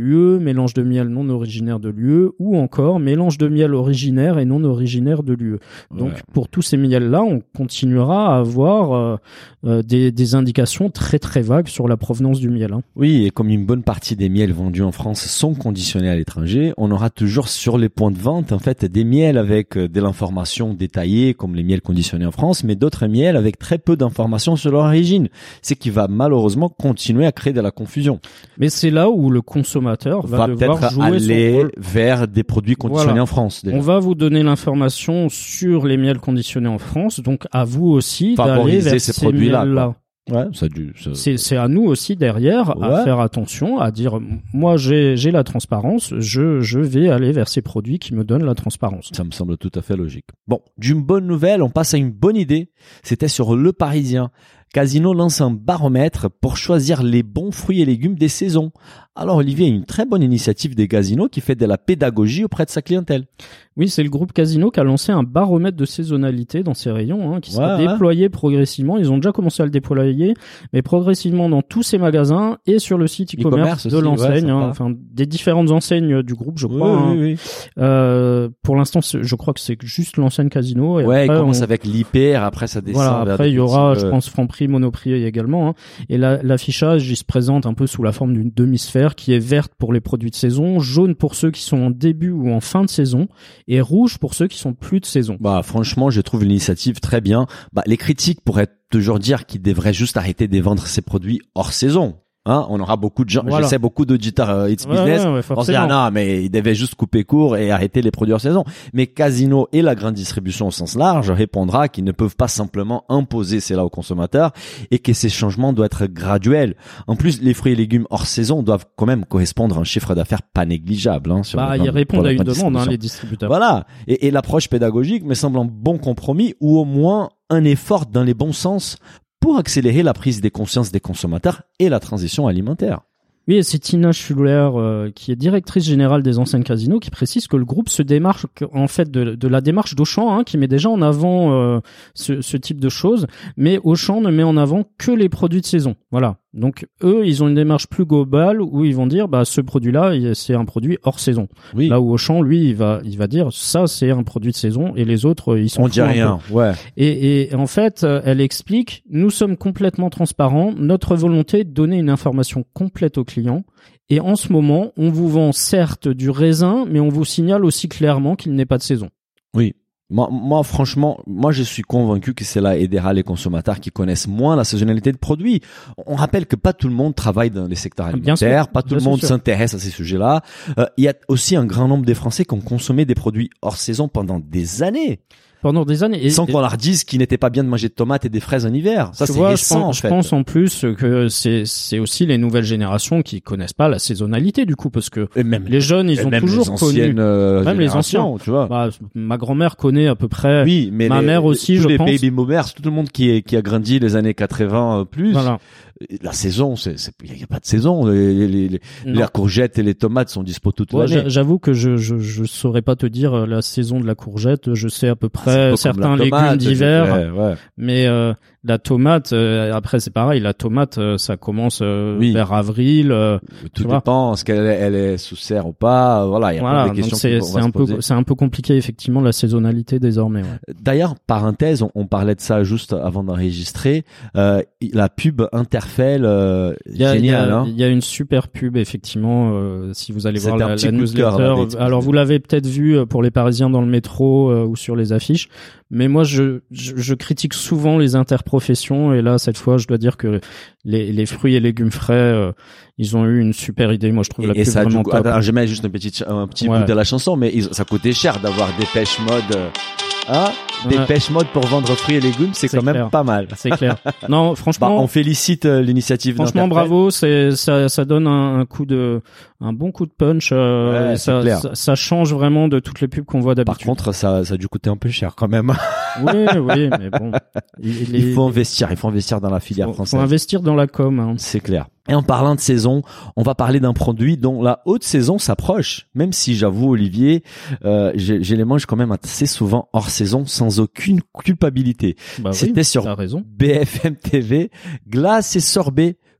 Speaker 6: mélange de miel non originaire de l'U E, ou encore mélange de miel originaire et non originaire de l'U E. Donc
Speaker 5: Ouais.
Speaker 6: pour tous ces miels-là, on continuera à avoir euh, euh, des, des indications très très vagues sur la provenance du miel. Hein.
Speaker 5: Oui, et comme une bonne partie des miels vendus en France sont conditionnés à l'étranger, on aura toujours sur les points de vente en fait des miels avec de l'information détaillée comme les miels conditionnés en France, mais d'autres miels avec très peu d'informations sur leur origine. C'est qui va malheureusement continuer à créer de la confusion.
Speaker 6: Mais c'est là où le consommateur va,
Speaker 5: Va
Speaker 6: devoir
Speaker 5: peut-être
Speaker 6: jouer
Speaker 5: aller
Speaker 6: son rôle.
Speaker 5: vers des produits conditionnés
Speaker 6: Voilà.
Speaker 5: en France. déjà.
Speaker 6: On va vous donner l'information sur les miels conditionnés en France, donc à vous aussi d'aller
Speaker 5: Favoriser
Speaker 6: vers
Speaker 5: ces
Speaker 6: ces,
Speaker 5: produits-là,
Speaker 6: miels-là.
Speaker 5: Ouais, ça a dû. ça-
Speaker 6: C'est, c'est à nous aussi derrière
Speaker 5: Ouais.
Speaker 6: à faire attention, à dire moi j'ai, j'ai la transparence, je, je vais aller vers ces produits qui me donnent la transparence.
Speaker 5: Ça me semble tout à fait logique. Bon, d'une bonne nouvelle, on passe à une bonne idée. C'était sur Le Parisien. Casino lance un baromètre pour choisir les bons fruits et légumes des saisons. Alors Olivier, une très bonne initiative des casinos qui fait de la pédagogie auprès de sa clientèle.
Speaker 6: Oui, c'est le groupe Casino qui a lancé un baromètre de saisonnalité dans ses rayons, hein, qui sera
Speaker 5: Ouais, ouais.
Speaker 6: déployé progressivement. Ils ont déjà commencé à le déployer, mais progressivement dans tous ces magasins et sur le site e-commerce,
Speaker 5: E-commerce
Speaker 6: de
Speaker 5: aussi,
Speaker 6: l'enseigne,
Speaker 5: ouais, sympa.
Speaker 6: hein, enfin des différentes enseignes du groupe, je crois.
Speaker 5: oui,
Speaker 6: hein.
Speaker 5: oui, oui.
Speaker 6: Euh, pour l'instant, c'est- je crois que c'est juste l'enseigne Casino. Et
Speaker 5: Ouais, il
Speaker 6: après,
Speaker 5: commence
Speaker 6: on-
Speaker 5: avec l'hyper, après ça descend.
Speaker 6: Voilà,
Speaker 5: vers
Speaker 6: après
Speaker 5: des
Speaker 6: il y aura,
Speaker 5: petits,
Speaker 6: je
Speaker 5: euh,
Speaker 6: pense, Franprix, Monoprix également. Hein. Et la- l'affichage, il se présente un peu sous la forme d'une demi-sphère qui est verte pour les produits de saison, jaune pour ceux qui sont en début ou en fin de saison, et rouge pour ceux qui sont plus de saison.
Speaker 5: Bah franchement, je trouve l'initiative très bien. Bah les critiques pourraient toujours dire qu'ils devraient juste arrêter de vendre ces produits hors saison. Hein, on aura beaucoup de gens,
Speaker 6: Voilà.
Speaker 5: je sais beaucoup d'auditeurs euh, It's
Speaker 6: Ouais,
Speaker 5: Business.
Speaker 6: ouais, ouais,
Speaker 5: On se dit,
Speaker 6: forcément.
Speaker 5: ah non, mais ils devaient juste couper court et arrêter les produits hors saison. Mais Casino et la grande distribution au sens large répondra qu'ils ne peuvent pas simplement imposer cela aux consommateurs et que ces changements doivent être graduels. En plus, les fruits et légumes hors saison doivent quand même correspondre à un chiffre d'affaires pas négligeable. Hein, sur
Speaker 6: Bah,
Speaker 5: la
Speaker 6: ils
Speaker 5: grande-
Speaker 6: répondent
Speaker 5: pour la
Speaker 6: à une
Speaker 5: grande
Speaker 6: demande, hein,
Speaker 5: distribution.
Speaker 6: les distributeurs.
Speaker 5: Voilà. Et, et l'approche pédagogique me semble un bon compromis ou au moins un effort dans les bons sens pour accélérer la prise des consciences des consommateurs et la transition alimentaire.
Speaker 6: Oui, et c'est Tina Schuller, euh, qui est directrice générale des enseignes Casino, qui précise que le groupe se démarque en fait de, de la démarche d'Auchan, hein, qui met déjà en avant euh, ce, ce type de choses, mais Auchan ne met en avant que les produits de saison. Voilà. Donc eux, ils ont une démarche plus globale où ils vont dire, bah ce produit-là, il- c'est un produit hors saison.
Speaker 5: Oui.
Speaker 6: Là où Auchan, lui, il va, il va dire, ça c'est un produit de saison, et les autres, ils sont.
Speaker 5: On dit rien. Ouais.
Speaker 6: Et, et en fait, euh, elle explique, nous sommes complètement transparents, notre volonté est de donner une information complète au client. Et en ce moment, on vous vend certes du raisin, mais on vous signale aussi clairement qu'il n'est pas de saison.
Speaker 5: Oui. Moi, moi, franchement, moi, je suis convaincu que cela aidera les consommateurs qui connaissent moins la saisonnalité de produits. On rappelle que pas tout le monde travaille dans les secteurs
Speaker 6: Bien
Speaker 5: alimentaires,
Speaker 6: sûr,
Speaker 5: pas tout
Speaker 6: bien
Speaker 5: le monde
Speaker 6: sûr.
Speaker 5: s'intéresse à ces sujets-là. Euh, il y a aussi un grand nombre des Français qui ont consommé des produits hors saison pendant des années,
Speaker 6: Pendant des années. Et,
Speaker 5: sans qu'on leur dise qu'il n'était pas bien de manger de tomates et des fraises en hiver. Ça,
Speaker 6: tu
Speaker 5: c'est
Speaker 6: vois,
Speaker 5: récent,
Speaker 6: je pense,
Speaker 5: en
Speaker 6: je
Speaker 5: fait.
Speaker 6: pense en plus que c'est, c'est aussi les nouvelles générations qui connaissent pas la saisonnalité du coup, parce que
Speaker 5: Et même
Speaker 6: les jeunes, ils
Speaker 5: et
Speaker 6: ont
Speaker 5: même
Speaker 6: toujours
Speaker 5: les anciennes
Speaker 6: connu.
Speaker 5: euh,
Speaker 6: Même les
Speaker 5: générations, tu vois.
Speaker 6: Bah, ma grand-mère connaît à peu près.
Speaker 5: Oui, mais
Speaker 6: ma
Speaker 5: les-
Speaker 6: mère aussi,
Speaker 5: tous
Speaker 6: je
Speaker 5: les
Speaker 6: pense.
Speaker 5: baby boomers, tout le monde qui est qui a grandi les années quatre-vingts euh, plus.
Speaker 6: Voilà.
Speaker 5: La saison, c'est c'est il y a pas de saison. Les, les, les,
Speaker 6: Non.
Speaker 5: les courgettes et les tomates sont dispo toute
Speaker 6: Ouais,
Speaker 5: l'année.
Speaker 6: j'a- j'avoue que je, je je saurais pas te dire euh, la saison de la courgette. Je sais à peu
Speaker 5: C'est un
Speaker 6: près
Speaker 5: peu comme
Speaker 6: certains
Speaker 5: la
Speaker 6: légumes
Speaker 5: tomate,
Speaker 6: d'hiver,
Speaker 5: ouais, ouais.
Speaker 6: mais euh, la tomate. euh, après c'est pareil. La tomate, euh, ça commence euh,
Speaker 5: Oui.
Speaker 6: vers avril. euh,
Speaker 5: Tout
Speaker 6: tu vois.
Speaker 5: dépend, est-ce qu'elle est, elle est sous serre ou pas. Voilà, il y a
Speaker 6: voilà.
Speaker 5: plein de
Speaker 6: Donc
Speaker 5: questions
Speaker 6: c'est
Speaker 5: qu'on
Speaker 6: c'est
Speaker 5: va se
Speaker 6: un peu
Speaker 5: poser.
Speaker 6: c'est un peu compliqué effectivement la saisonnalité désormais. Ouais.
Speaker 5: D'ailleurs, parenthèse, on, on parlait de ça juste avant d'enregistrer. Euh, la pub Interfell, euh,
Speaker 6: Il y a, il y
Speaker 5: génial,
Speaker 6: a,
Speaker 5: hein.
Speaker 6: il y a une super pub effectivement euh, si vous allez voir
Speaker 5: C'était un
Speaker 6: la,
Speaker 5: petit
Speaker 6: la
Speaker 5: coup de cœur,
Speaker 6: newsletter.
Speaker 5: là, des-
Speaker 6: Alors vous l'avez peut-être vu euh, pour les Parisiens dans le métro euh, ou sur les affiches, mais moi je, je je critique souvent les interprofessions et là cette fois je dois dire que les les fruits et légumes frais euh, ils ont eu une super idée. Moi je trouve la
Speaker 5: Et, et
Speaker 6: pub
Speaker 5: ça, du
Speaker 6: vraiment
Speaker 5: coup,
Speaker 6: top.
Speaker 5: attends, je mets juste un petit, un petit
Speaker 6: Ouais.
Speaker 5: bout de la chanson, mais ils- ça coûtait cher d'avoir des pêches mode, euh, hein, des
Speaker 6: Ouais.
Speaker 5: pêches mode pour vendre fruits et légumes, c'est
Speaker 6: C'est
Speaker 5: quand même
Speaker 6: clair.
Speaker 5: pas mal.
Speaker 6: C'est clair. Non
Speaker 5: Bah,
Speaker 6: franchement.
Speaker 5: on félicite euh, l'initiative
Speaker 6: Franchement,
Speaker 5: d'Interpell.
Speaker 6: bravo, c'est ça, ça donne un, un coup de, un bon coup de punch. euh,
Speaker 5: Ouais,
Speaker 6: et
Speaker 5: c'est
Speaker 6: ça,
Speaker 5: clair.
Speaker 6: ça, ça change vraiment de toutes les pubs qu'on voit
Speaker 5: Par
Speaker 6: d'habitude.
Speaker 5: contre, ça, ça a dû coûter un peu cher quand même.
Speaker 6: oui, oui, mais bon, il,
Speaker 5: Il faut investir, il faut investir dans la filière
Speaker 6: faut, faut
Speaker 5: française.
Speaker 6: investir dans la com. Hein.
Speaker 5: C'est clair. Et en parlant de saison, on va parler d'un produit dont la haute saison s'approche. Même si j'avoue, Olivier, euh, je, je les mange quand même assez souvent hors saison sans aucune culpabilité.
Speaker 6: Bah oui,
Speaker 5: C'était sur
Speaker 6: t'as raison.
Speaker 5: B F M T V, glace et sorbet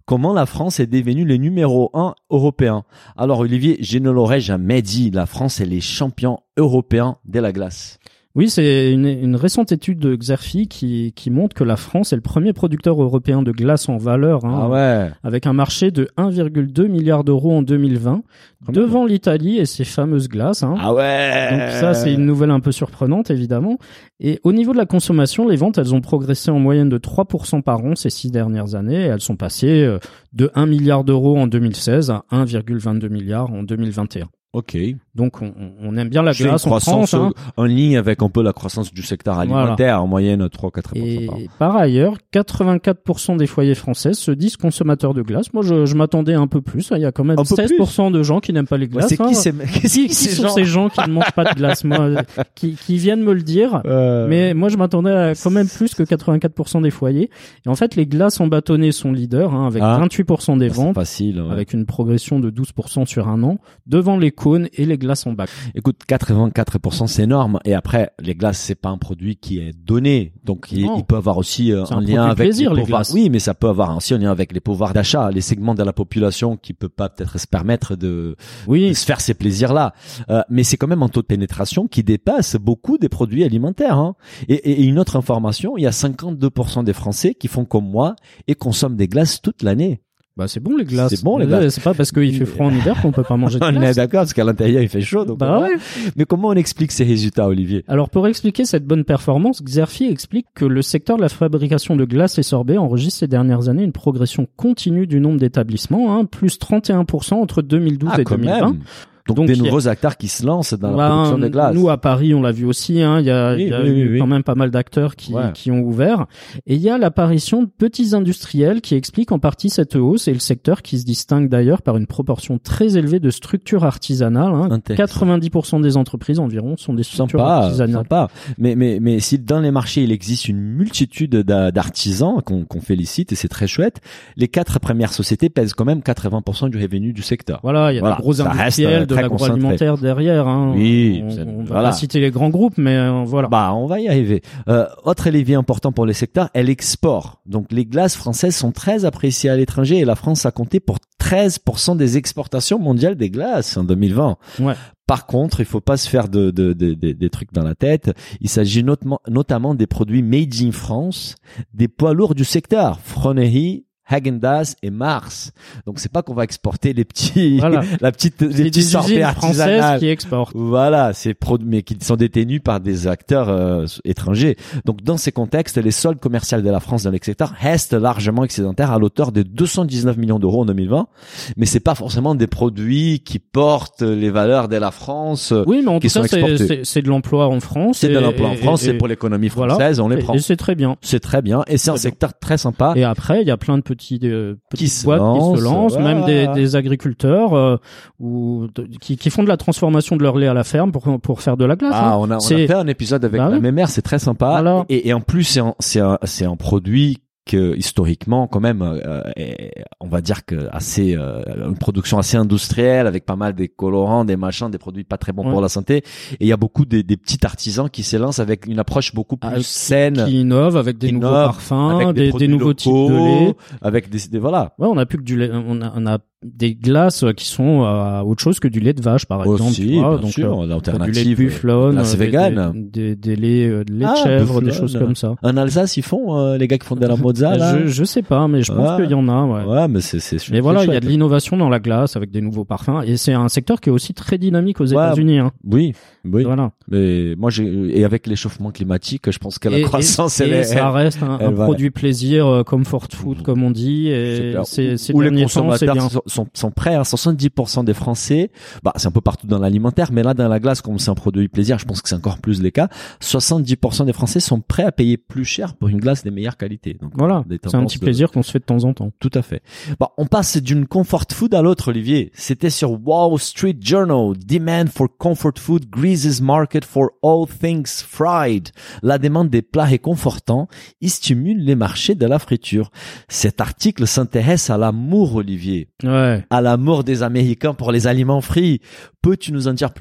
Speaker 5: comment la France est devenue le numéro un européen. Alors Olivier, je ne l'aurais jamais dit, la France est les champions européens de la glace.
Speaker 6: Oui, c'est une, une récente étude de Xerfi qui, qui montre que la France est le premier producteur européen de glace en valeur, hein,
Speaker 5: ah ouais.
Speaker 6: avec un marché de un virgule deux milliard d'euros en deux mille vingt, Comment devant l'Italie et ses fameuses glaces. Hein.
Speaker 5: Ah ouais.
Speaker 6: Donc ça, c'est une nouvelle un peu surprenante, évidemment. Et au niveau de la consommation, les ventes, elles ont progressé en moyenne de trois pour cent par an ces six dernières années. Et elles sont passées de un milliard d'euros en deux mille seize à un virgule vingt-deux milliard en deux mille vingt et un.
Speaker 5: Ok.
Speaker 6: Donc on, on aime bien la
Speaker 5: C'est
Speaker 6: glace
Speaker 5: une
Speaker 6: en France,
Speaker 5: croissance
Speaker 6: hein.
Speaker 5: en ligne avec un peu la croissance du secteur alimentaire, voilà. En moyenne trois à quatre pour cent
Speaker 6: Et
Speaker 5: par an.
Speaker 6: par ailleurs, quatre-vingt-quatre pour cent des foyers français se disent consommateurs de glace. Moi, je, je m'attendais un peu plus. Il y a quand même seize pour cent de gens qui n'aiment pas les glaces.
Speaker 5: C'est qui,
Speaker 6: hein.
Speaker 5: c'est,
Speaker 6: qui, qui, qui sont ces gens qui ne mangent pas de glace, moi, qui, qui viennent me le dire. Euh... Mais moi, je m'attendais à quand même plus que quatre-vingt-quatre pour cent des foyers. Et en fait, les glaces en bâtonnet sont leaders, hein, avec ah. vingt-huit pour cent des
Speaker 5: ah,
Speaker 6: ventes,
Speaker 5: facile, ouais.
Speaker 6: avec une progression de douze pour cent sur un an, devant les cônes et les glaces en bac.
Speaker 5: Écoute, quatre-vingt-quatre pour cent c'est énorme. Et après, les glaces, c'est pas un produit qui est donné. Donc, il, il peut avoir aussi euh, un, un lien avec
Speaker 6: plaisir,
Speaker 5: les,
Speaker 6: les glaces.
Speaker 5: Oui, mais ça peut avoir aussi un lien avec les pouvoirs d'achat, les segments de la population qui peut pas peut-être se permettre de,
Speaker 6: oui.
Speaker 5: de se faire ces plaisirs-là. Euh, mais c'est quand même un taux de pénétration qui dépasse beaucoup des produits alimentaires. Hein. Et, et, et une autre information, il y a cinquante-deux pour cent des Français qui font comme moi et consomment des glaces toute l'année.
Speaker 6: Bah c'est bon les glaces.
Speaker 5: C'est bon les glaces.
Speaker 6: C'est pas parce qu'il fait froid en hiver qu'on peut pas manger de glace.
Speaker 5: On est d'accord parce qu'à l'intérieur il fait chaud. Donc
Speaker 6: bah ouais.
Speaker 5: Mais comment on explique ces résultats, Olivier?
Speaker 6: Alors pour expliquer cette bonne performance, Xerfi explique que le secteur de la fabrication de glace et sorbets enregistre ces dernières années une progression continue du nombre d'établissements, hein, plus trente et un pour cent entre deux mille douze
Speaker 5: ah,
Speaker 6: et deux mille vingt.
Speaker 5: Même. Donc, Donc des nouveaux a... acteurs qui se lancent dans
Speaker 6: bah,
Speaker 5: la production de glace.
Speaker 6: Nous à Paris, on l'a vu aussi. Hein, il y a,
Speaker 5: oui,
Speaker 6: il y a
Speaker 5: oui,
Speaker 6: eu
Speaker 5: oui,
Speaker 6: quand
Speaker 5: oui.
Speaker 6: même pas mal d'acteurs qui,
Speaker 5: ouais.
Speaker 6: qui ont ouvert. Et il y a l'apparition de petits industriels qui expliquent en partie cette hausse. Et le secteur qui se distingue d'ailleurs par une proportion très élevée de structures artisanales. Hein. quatre-vingt-dix pour cent des entreprises environ sont des structures
Speaker 5: sympa,
Speaker 6: artisanales.
Speaker 5: Sympa. Mais mais mais si dans les marchés il existe une multitude d'artisans qu'on qu'on félicite et c'est très chouette, les quatre premières sociétés pèsent quand même quatre-vingts pour cent du revenu du secteur.
Speaker 6: Voilà, il y a
Speaker 5: voilà.
Speaker 6: de gros industriels, de l'agroalimentaire derrière, hein.
Speaker 5: Oui,
Speaker 6: on, on va
Speaker 5: voilà.
Speaker 6: pas citer les grands groupes, mais euh, voilà.
Speaker 5: Bah, on va y arriver. Euh, autre levier important pour les secteurs est l'export. Donc, les glaces françaises sont très appréciées à l'étranger et la France a compté pour treize pour cent des exportations mondiales des glaces en deux mille vingt.
Speaker 6: Ouais.
Speaker 5: Par contre, il faut pas se faire de, de, de, de des trucs dans la tête. Il s'agit notamment, notamment des produits made in France, des poids lourds du secteur, Fronery, Häagen-Dazs et Mars. Donc c'est pas qu'on va exporter les petits,
Speaker 6: voilà.
Speaker 5: la petite, les petits sorbets artisanales
Speaker 6: qui exportent.
Speaker 5: Voilà, c'est produits mais qui sont détenus par des acteurs euh, étrangers. Donc dans ces contextes, les soldes commerciales de la France dans le secteur restent largement excédentaires à l'auteur de deux cent dix-neuf millions d'euros en deux mille vingt. Mais c'est pas forcément des produits qui portent les valeurs de la France.
Speaker 6: Oui, mais en
Speaker 5: qui
Speaker 6: tout cas, c'est, c'est, c'est de l'emploi en France.
Speaker 5: C'est de l'emploi en France. Et, c'est pour l'économie française.
Speaker 6: Voilà.
Speaker 5: On les prend.
Speaker 6: Et, et c'est très bien.
Speaker 5: C'est très bien. Et c'est, c'est un bien. secteur très sympa.
Speaker 6: Et après, il y a plein de petits petits, euh, petites
Speaker 5: qui
Speaker 6: boîtes
Speaker 5: lance,
Speaker 6: qui se lancent,
Speaker 5: voilà.
Speaker 6: même des, des agriculteurs euh, ou de, qui, qui font de la transformation de leur lait à la ferme pour pour faire de la glace.
Speaker 5: Ah,
Speaker 6: hein.
Speaker 5: on a, on a fait un épisode avec
Speaker 6: bah,
Speaker 5: la
Speaker 6: oui.
Speaker 5: mémère, c'est très sympa.
Speaker 6: Voilà.
Speaker 5: Et, et en plus, c'est un, c'est un, c'est un produit que historiquement quand même euh, est, on va dire que assez euh, une production assez industrielle avec pas mal des colorants, des machins, des produits pas très bons ouais. pour la santé, et il y a beaucoup des, des petits artisans qui s'élancent avec une approche beaucoup plus ah, saine,
Speaker 6: qui innovent avec des nouveaux
Speaker 5: innove,
Speaker 6: parfums,
Speaker 5: avec des,
Speaker 6: des, des nouveaux
Speaker 5: locaux,
Speaker 6: types de lait,
Speaker 5: avec des, des voilà.
Speaker 6: Ouais, on a plus que du lait, on a, on a des glaces qui sont euh, autre chose que du lait de vache par exemple.
Speaker 5: Aussi,
Speaker 6: tu vois,
Speaker 5: bien
Speaker 6: donc
Speaker 5: sûr,
Speaker 6: euh,
Speaker 5: l'alternative,
Speaker 6: du lait de bufflone,
Speaker 5: c'est vegan,
Speaker 6: des, des, des laits euh, de lait
Speaker 5: ah,
Speaker 6: de chèvre,
Speaker 5: bufflone.
Speaker 6: Des choses comme ça.
Speaker 5: En Alsace, ils font euh, les gars qui font de la mozza là.
Speaker 6: Je, je sais pas, mais je pense
Speaker 5: ouais.
Speaker 6: qu'il y en a. Ouais,
Speaker 5: ouais mais c'est c'est.
Speaker 6: Mais voilà, il y a
Speaker 5: chouette.
Speaker 6: de l'innovation dans la glace avec des nouveaux parfums et c'est un secteur qui est aussi très dynamique aux
Speaker 5: ouais.
Speaker 6: États-Unis. Hein.
Speaker 5: Oui, oui.
Speaker 6: Voilà.
Speaker 5: Mais moi, j'ai et avec l'échauffement climatique, je pense que la
Speaker 6: et,
Speaker 5: croissance,
Speaker 6: et,
Speaker 5: elle
Speaker 6: et
Speaker 5: est.
Speaker 6: ça reste un, un produit plaisir, euh, comfort food comme on dit. Et c'est c'est
Speaker 5: où les
Speaker 6: consommateurs
Speaker 5: sont, sont sont prêts. Hein, soixante-dix pour cent des Français, bah c'est un peu partout dans l'alimentaire, mais là dans la glace, comme c'est un produit plaisir, je pense que c'est encore plus le cas. soixante-dix pour cent des Français sont prêts à payer plus cher pour une glace de meilleure qualité. Donc
Speaker 6: voilà, c'est un petit de... plaisir qu'on se fait de temps en temps.
Speaker 5: Tout à fait. Bon, on passe d'une comfort food à l'autre, Olivier. C'était sur Wall Street Journal. Demand for comfort food greases market for all things fried. La demande des plats réconfortants y stimule les marchés de la friture. Cet article s'intéresse à l'amour, Olivier.
Speaker 6: Ouais.
Speaker 5: À l'amour des Américains pour les aliments frits. Peux-tu nous en dire plus?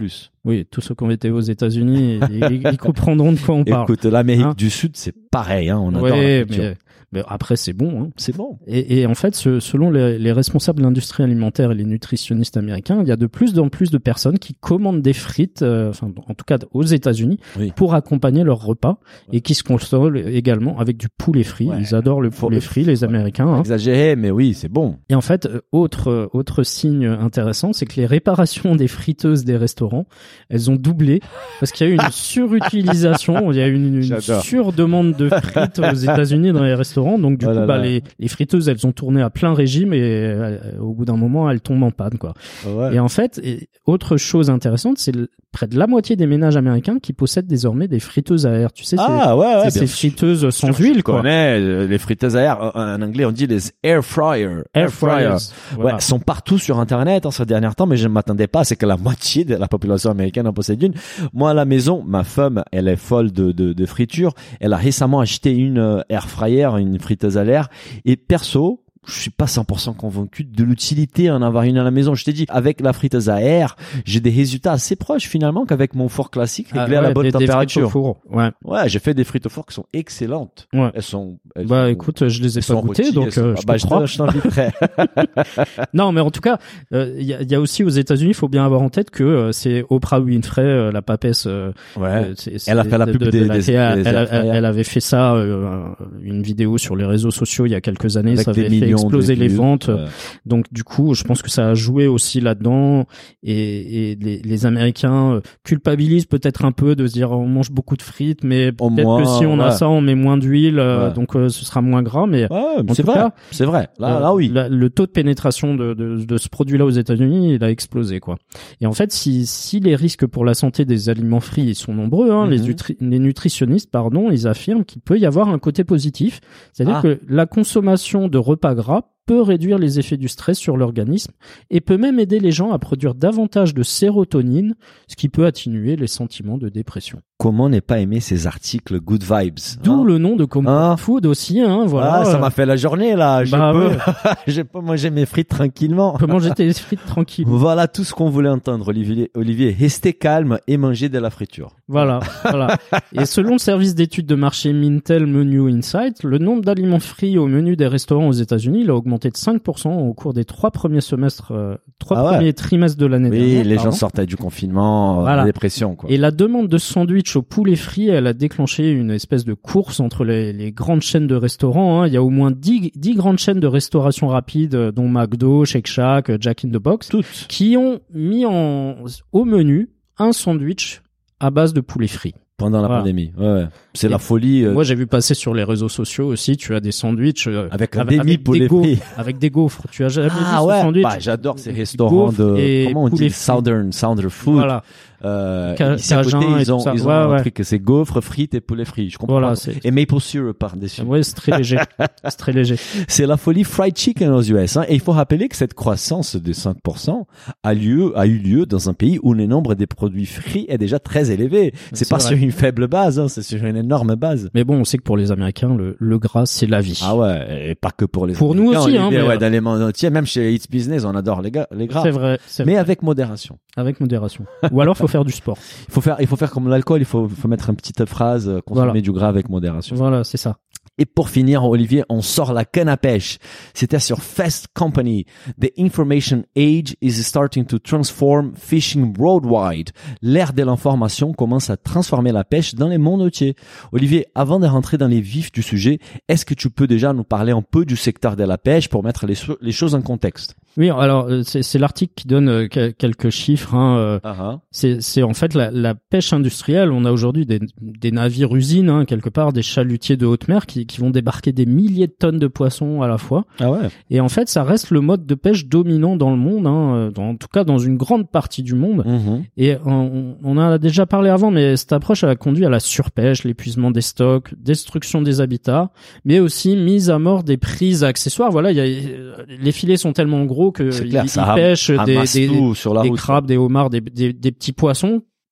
Speaker 6: Oui, tous ceux qui ont été aux États-Unis, ils, ils comprendront de quoi on parle.
Speaker 5: Écoute, l'Amérique
Speaker 6: hein
Speaker 5: du Sud, c'est pareil, hein, on adore
Speaker 6: ouais,
Speaker 5: la culture.
Speaker 6: Mais... Mais après, c'est bon. Hein.
Speaker 5: C'est bon.
Speaker 6: Et, et en fait, ce, selon les, les responsables de l'industrie alimentaire et les nutritionnistes américains, il y a de plus en plus de personnes qui commandent des frites, euh, enfin, en tout cas aux États-Unis,
Speaker 5: oui.
Speaker 6: pour accompagner leur repas et qui se consolent également avec du poulet frit.
Speaker 5: Ouais.
Speaker 6: Ils adorent le poulet
Speaker 5: Faut,
Speaker 6: frit, les Américains. Hein.
Speaker 5: Exagéré, mais oui, c'est bon.
Speaker 6: Et en fait, autre autre signe intéressant, c'est que les réparations des friteuses des restaurants, elles ont doublé parce qu'il y a eu une surutilisation, il y a eu une, une surdemande de frites aux États-Unis dans les restaurants. Donc du oh coup, bah, Les, les friteuses, elles ont tourné à plein régime et euh, au bout d'un moment, elles tombent en panne, quoi. Ouais. Et en fait, et, autre chose intéressante, c'est le, près de la moitié des ménages américains qui possèdent désormais des friteuses à air. Tu sais,
Speaker 5: ah, ouais, ouais,
Speaker 6: c'est ces friteuses sans je, huile,
Speaker 5: je
Speaker 6: quoi.
Speaker 5: connais les friteuses à air. En anglais, on dit les air fryers.
Speaker 6: Air fryers.
Speaker 5: Voilà. Ouais, sont partout sur Internet en ce dernier temps, mais je ne m'attendais pas. C'est que la moitié de la population américaine en possède une. Moi, à la maison, ma femme, elle est folle de, de, de friture. Elle a récemment acheté une air fryer, une friteuse à l'air. Et perso, je suis pas cent pour cent convaincu de l'utilité d'en avoir une à la maison. Je t'ai dit, avec la friteuse à air, j'ai des résultats assez proches finalement qu'avec mon four classique réglé ah, ouais, à la bonne
Speaker 6: des,
Speaker 5: température.
Speaker 6: Des frites au four. Ouais.
Speaker 5: Ouais, j'ai fait des frites au four qui sont excellentes.
Speaker 6: Ouais.
Speaker 5: Elles sont. Elles
Speaker 6: bah
Speaker 5: sont,
Speaker 6: écoute, je les ai pas goûtées, donc
Speaker 5: sont,
Speaker 6: euh,
Speaker 5: ah,
Speaker 6: je
Speaker 5: bah,
Speaker 6: te crois.
Speaker 5: Je t'inviterai.
Speaker 6: Non, mais en tout cas, il euh, y, a, y a aussi aux États-Unis, il faut bien avoir en tête que euh, c'est Oprah Winfrey, euh, la papesse. Euh,
Speaker 5: ouais.
Speaker 6: Euh, c'est, c'est
Speaker 5: elle a fait la pub de,
Speaker 6: de,
Speaker 5: des,
Speaker 6: de la
Speaker 5: des,
Speaker 6: elle,
Speaker 5: des
Speaker 6: elle, elle, elle avait fait ça, euh, une vidéo sur les réseaux sociaux il y a quelques années. Avec ça avait fait exploser les ventes. Ouais. Donc du coup, je pense que ça a joué aussi là-dedans et, et les, les Américains culpabilisent peut-être un peu de se dire on mange beaucoup de frites, mais
Speaker 5: Au
Speaker 6: peut-être
Speaker 5: moins,
Speaker 6: que si on
Speaker 5: ouais.
Speaker 6: a ça, on met moins d'huile,
Speaker 5: ouais.
Speaker 6: donc euh, ce sera moins gras. Mais
Speaker 5: ouais,
Speaker 6: en
Speaker 5: c'est
Speaker 6: tout
Speaker 5: vrai,
Speaker 6: cas,
Speaker 5: c'est vrai. Là,
Speaker 6: euh,
Speaker 5: là oui.
Speaker 6: La, le taux de pénétration de, de, de ce produit-là aux États-Unis, il a explosé, quoi. Et en fait, si, si les risques pour la santé des aliments frits ils sont nombreux, hein, mm-hmm. les, nutri- les nutritionnistes, pardon, ils affirment qu'il peut y avoir un côté positif, c'est-à-dire ah. que la consommation de repas gras peut réduire les effets du stress sur l'organisme et peut même aider les gens à produire davantage de sérotonine, ce qui peut atténuer les sentiments de dépression.
Speaker 5: Comment ne pas aimer ces articles Good Vibes?
Speaker 6: D'où
Speaker 5: hein
Speaker 6: le nom de Comfort hein Food aussi, hein, voilà.
Speaker 5: Ah, ça m'a fait la journée, là. Je
Speaker 6: bah,
Speaker 5: peux,
Speaker 6: ouais.
Speaker 5: je peux manger mes frites tranquillement.
Speaker 6: On peut manger tes frites tranquilles.
Speaker 5: Voilà tout ce qu'on voulait entendre, Olivier. Olivier, restez calme et mangez de la friture.
Speaker 6: Voilà, voilà. Et selon le service d'études de marché Mintel Menu Insight, le nombre d'aliments frits au menu des restaurants aux États-Unis, il a augmenté de cinq pour cent au cours des trois premiers semestres, euh, trois ah ouais. premiers trimestres de l'année
Speaker 5: oui,
Speaker 6: dernière.
Speaker 5: Oui, les
Speaker 6: pardon.
Speaker 5: gens sortaient du confinement, voilà. la dépression, quoi.
Speaker 6: Et la demande de sandwich au poulet frit, elle a déclenché une espèce de course entre les, les grandes chaînes de restaurants. Hein. Il y a au moins dix, dix grandes chaînes de restauration rapide, dont McDo, Shake Shack, Jack in the Box,
Speaker 5: toutes,
Speaker 6: qui ont mis en, au menu un sandwich à base de poulet frit.
Speaker 5: Pendant la
Speaker 6: voilà.
Speaker 5: pandémie, ouais, ouais. C'est
Speaker 6: et
Speaker 5: la folie. Euh...
Speaker 6: Moi, j'ai vu passer sur les réseaux sociaux aussi. Tu as des sandwichs euh,
Speaker 5: avec un
Speaker 6: avec,
Speaker 5: avec poulet frit,
Speaker 6: avec des gaufres. Tu as jamais
Speaker 5: ah,
Speaker 6: vu
Speaker 5: ouais.
Speaker 6: ce sandwich?
Speaker 5: Bah, j'adore ces restaurants de comment on dit,
Speaker 6: frit.
Speaker 5: Southern, Southern Food.
Speaker 6: Voilà.
Speaker 5: Euh,
Speaker 6: Ca-
Speaker 5: ici à côté, ils ont,
Speaker 6: ça.
Speaker 5: ils ont
Speaker 6: ouais,
Speaker 5: un
Speaker 6: ouais.
Speaker 5: truc que c'est gaufres, frites et poulet frit. Je comprends.
Speaker 6: Voilà,
Speaker 5: pas. Et maple syrup par-dessus.
Speaker 6: Ouais, c'est très léger. c'est très léger.
Speaker 5: C'est la folie fried chicken aux U S, hein. Et il faut rappeler que cette croissance de cinq pour cent a lieu, a eu lieu dans un pays où le nombre des produits frits est déjà très élevé. C'est, c'est pas vrai. Sur une faible base, hein. C'est sur une énorme base.
Speaker 6: Mais bon, on sait que pour les Américains, le, le gras, c'est la vie.
Speaker 5: Ah ouais. Et pas que pour les
Speaker 6: Pour
Speaker 5: Américains,
Speaker 6: nous aussi, hein.
Speaker 5: Mais
Speaker 6: Mais
Speaker 5: ouais, dans les mondes entiers, même chez It's Business, on adore les gars, les gras.
Speaker 6: C'est vrai. C'est
Speaker 5: mais
Speaker 6: vrai.
Speaker 5: avec modération.
Speaker 6: Avec modération. Ou alors, faut faire du sport.
Speaker 5: Il faut faire, il faut faire comme l'alcool, il faut, faut mettre une petite phrase, consommer
Speaker 6: voilà.
Speaker 5: du gras avec modération.
Speaker 6: Voilà, c'est ça.
Speaker 5: Et pour finir, Olivier, on sort la canne à pêche. C'était sur Fast Company. The information age is starting to transform fishing worldwide. L'ère de l'information commence à transformer la pêche dans les mondes entiers. Olivier, avant de rentrer dans les vifs du sujet, est-ce que tu peux déjà nous parler un peu du secteur de la pêche pour mettre les, les choses en contexte?
Speaker 6: Oui, alors c'est, c'est l'article qui donne euh, quelques chiffres. Hein, euh, uh-huh. c'est, c'est en fait la, la pêche industrielle. On a aujourd'hui des, des navires usines, hein, quelque part, des chalutiers de haute mer qui, qui vont débarquer des milliers de tonnes de poissons à la fois.
Speaker 5: Ah ouais.
Speaker 6: Et en fait, ça reste le mode de pêche dominant dans le monde, hein, dans, en tout cas dans une grande partie du monde.
Speaker 5: Uh-huh.
Speaker 6: Et on, on en a déjà parlé avant, mais cette approche elle a conduit à la surpêche, l'épuisement des stocks, destruction des habitats, mais aussi mise à mort des prises accessoires. Voilà, il y a, les filets sont tellement gros que
Speaker 5: clair,
Speaker 6: ils,
Speaker 5: ça
Speaker 6: ils pêchent des, des,
Speaker 5: sur la
Speaker 6: des
Speaker 5: route,
Speaker 6: crabes, des homards, des, des, des petits poissons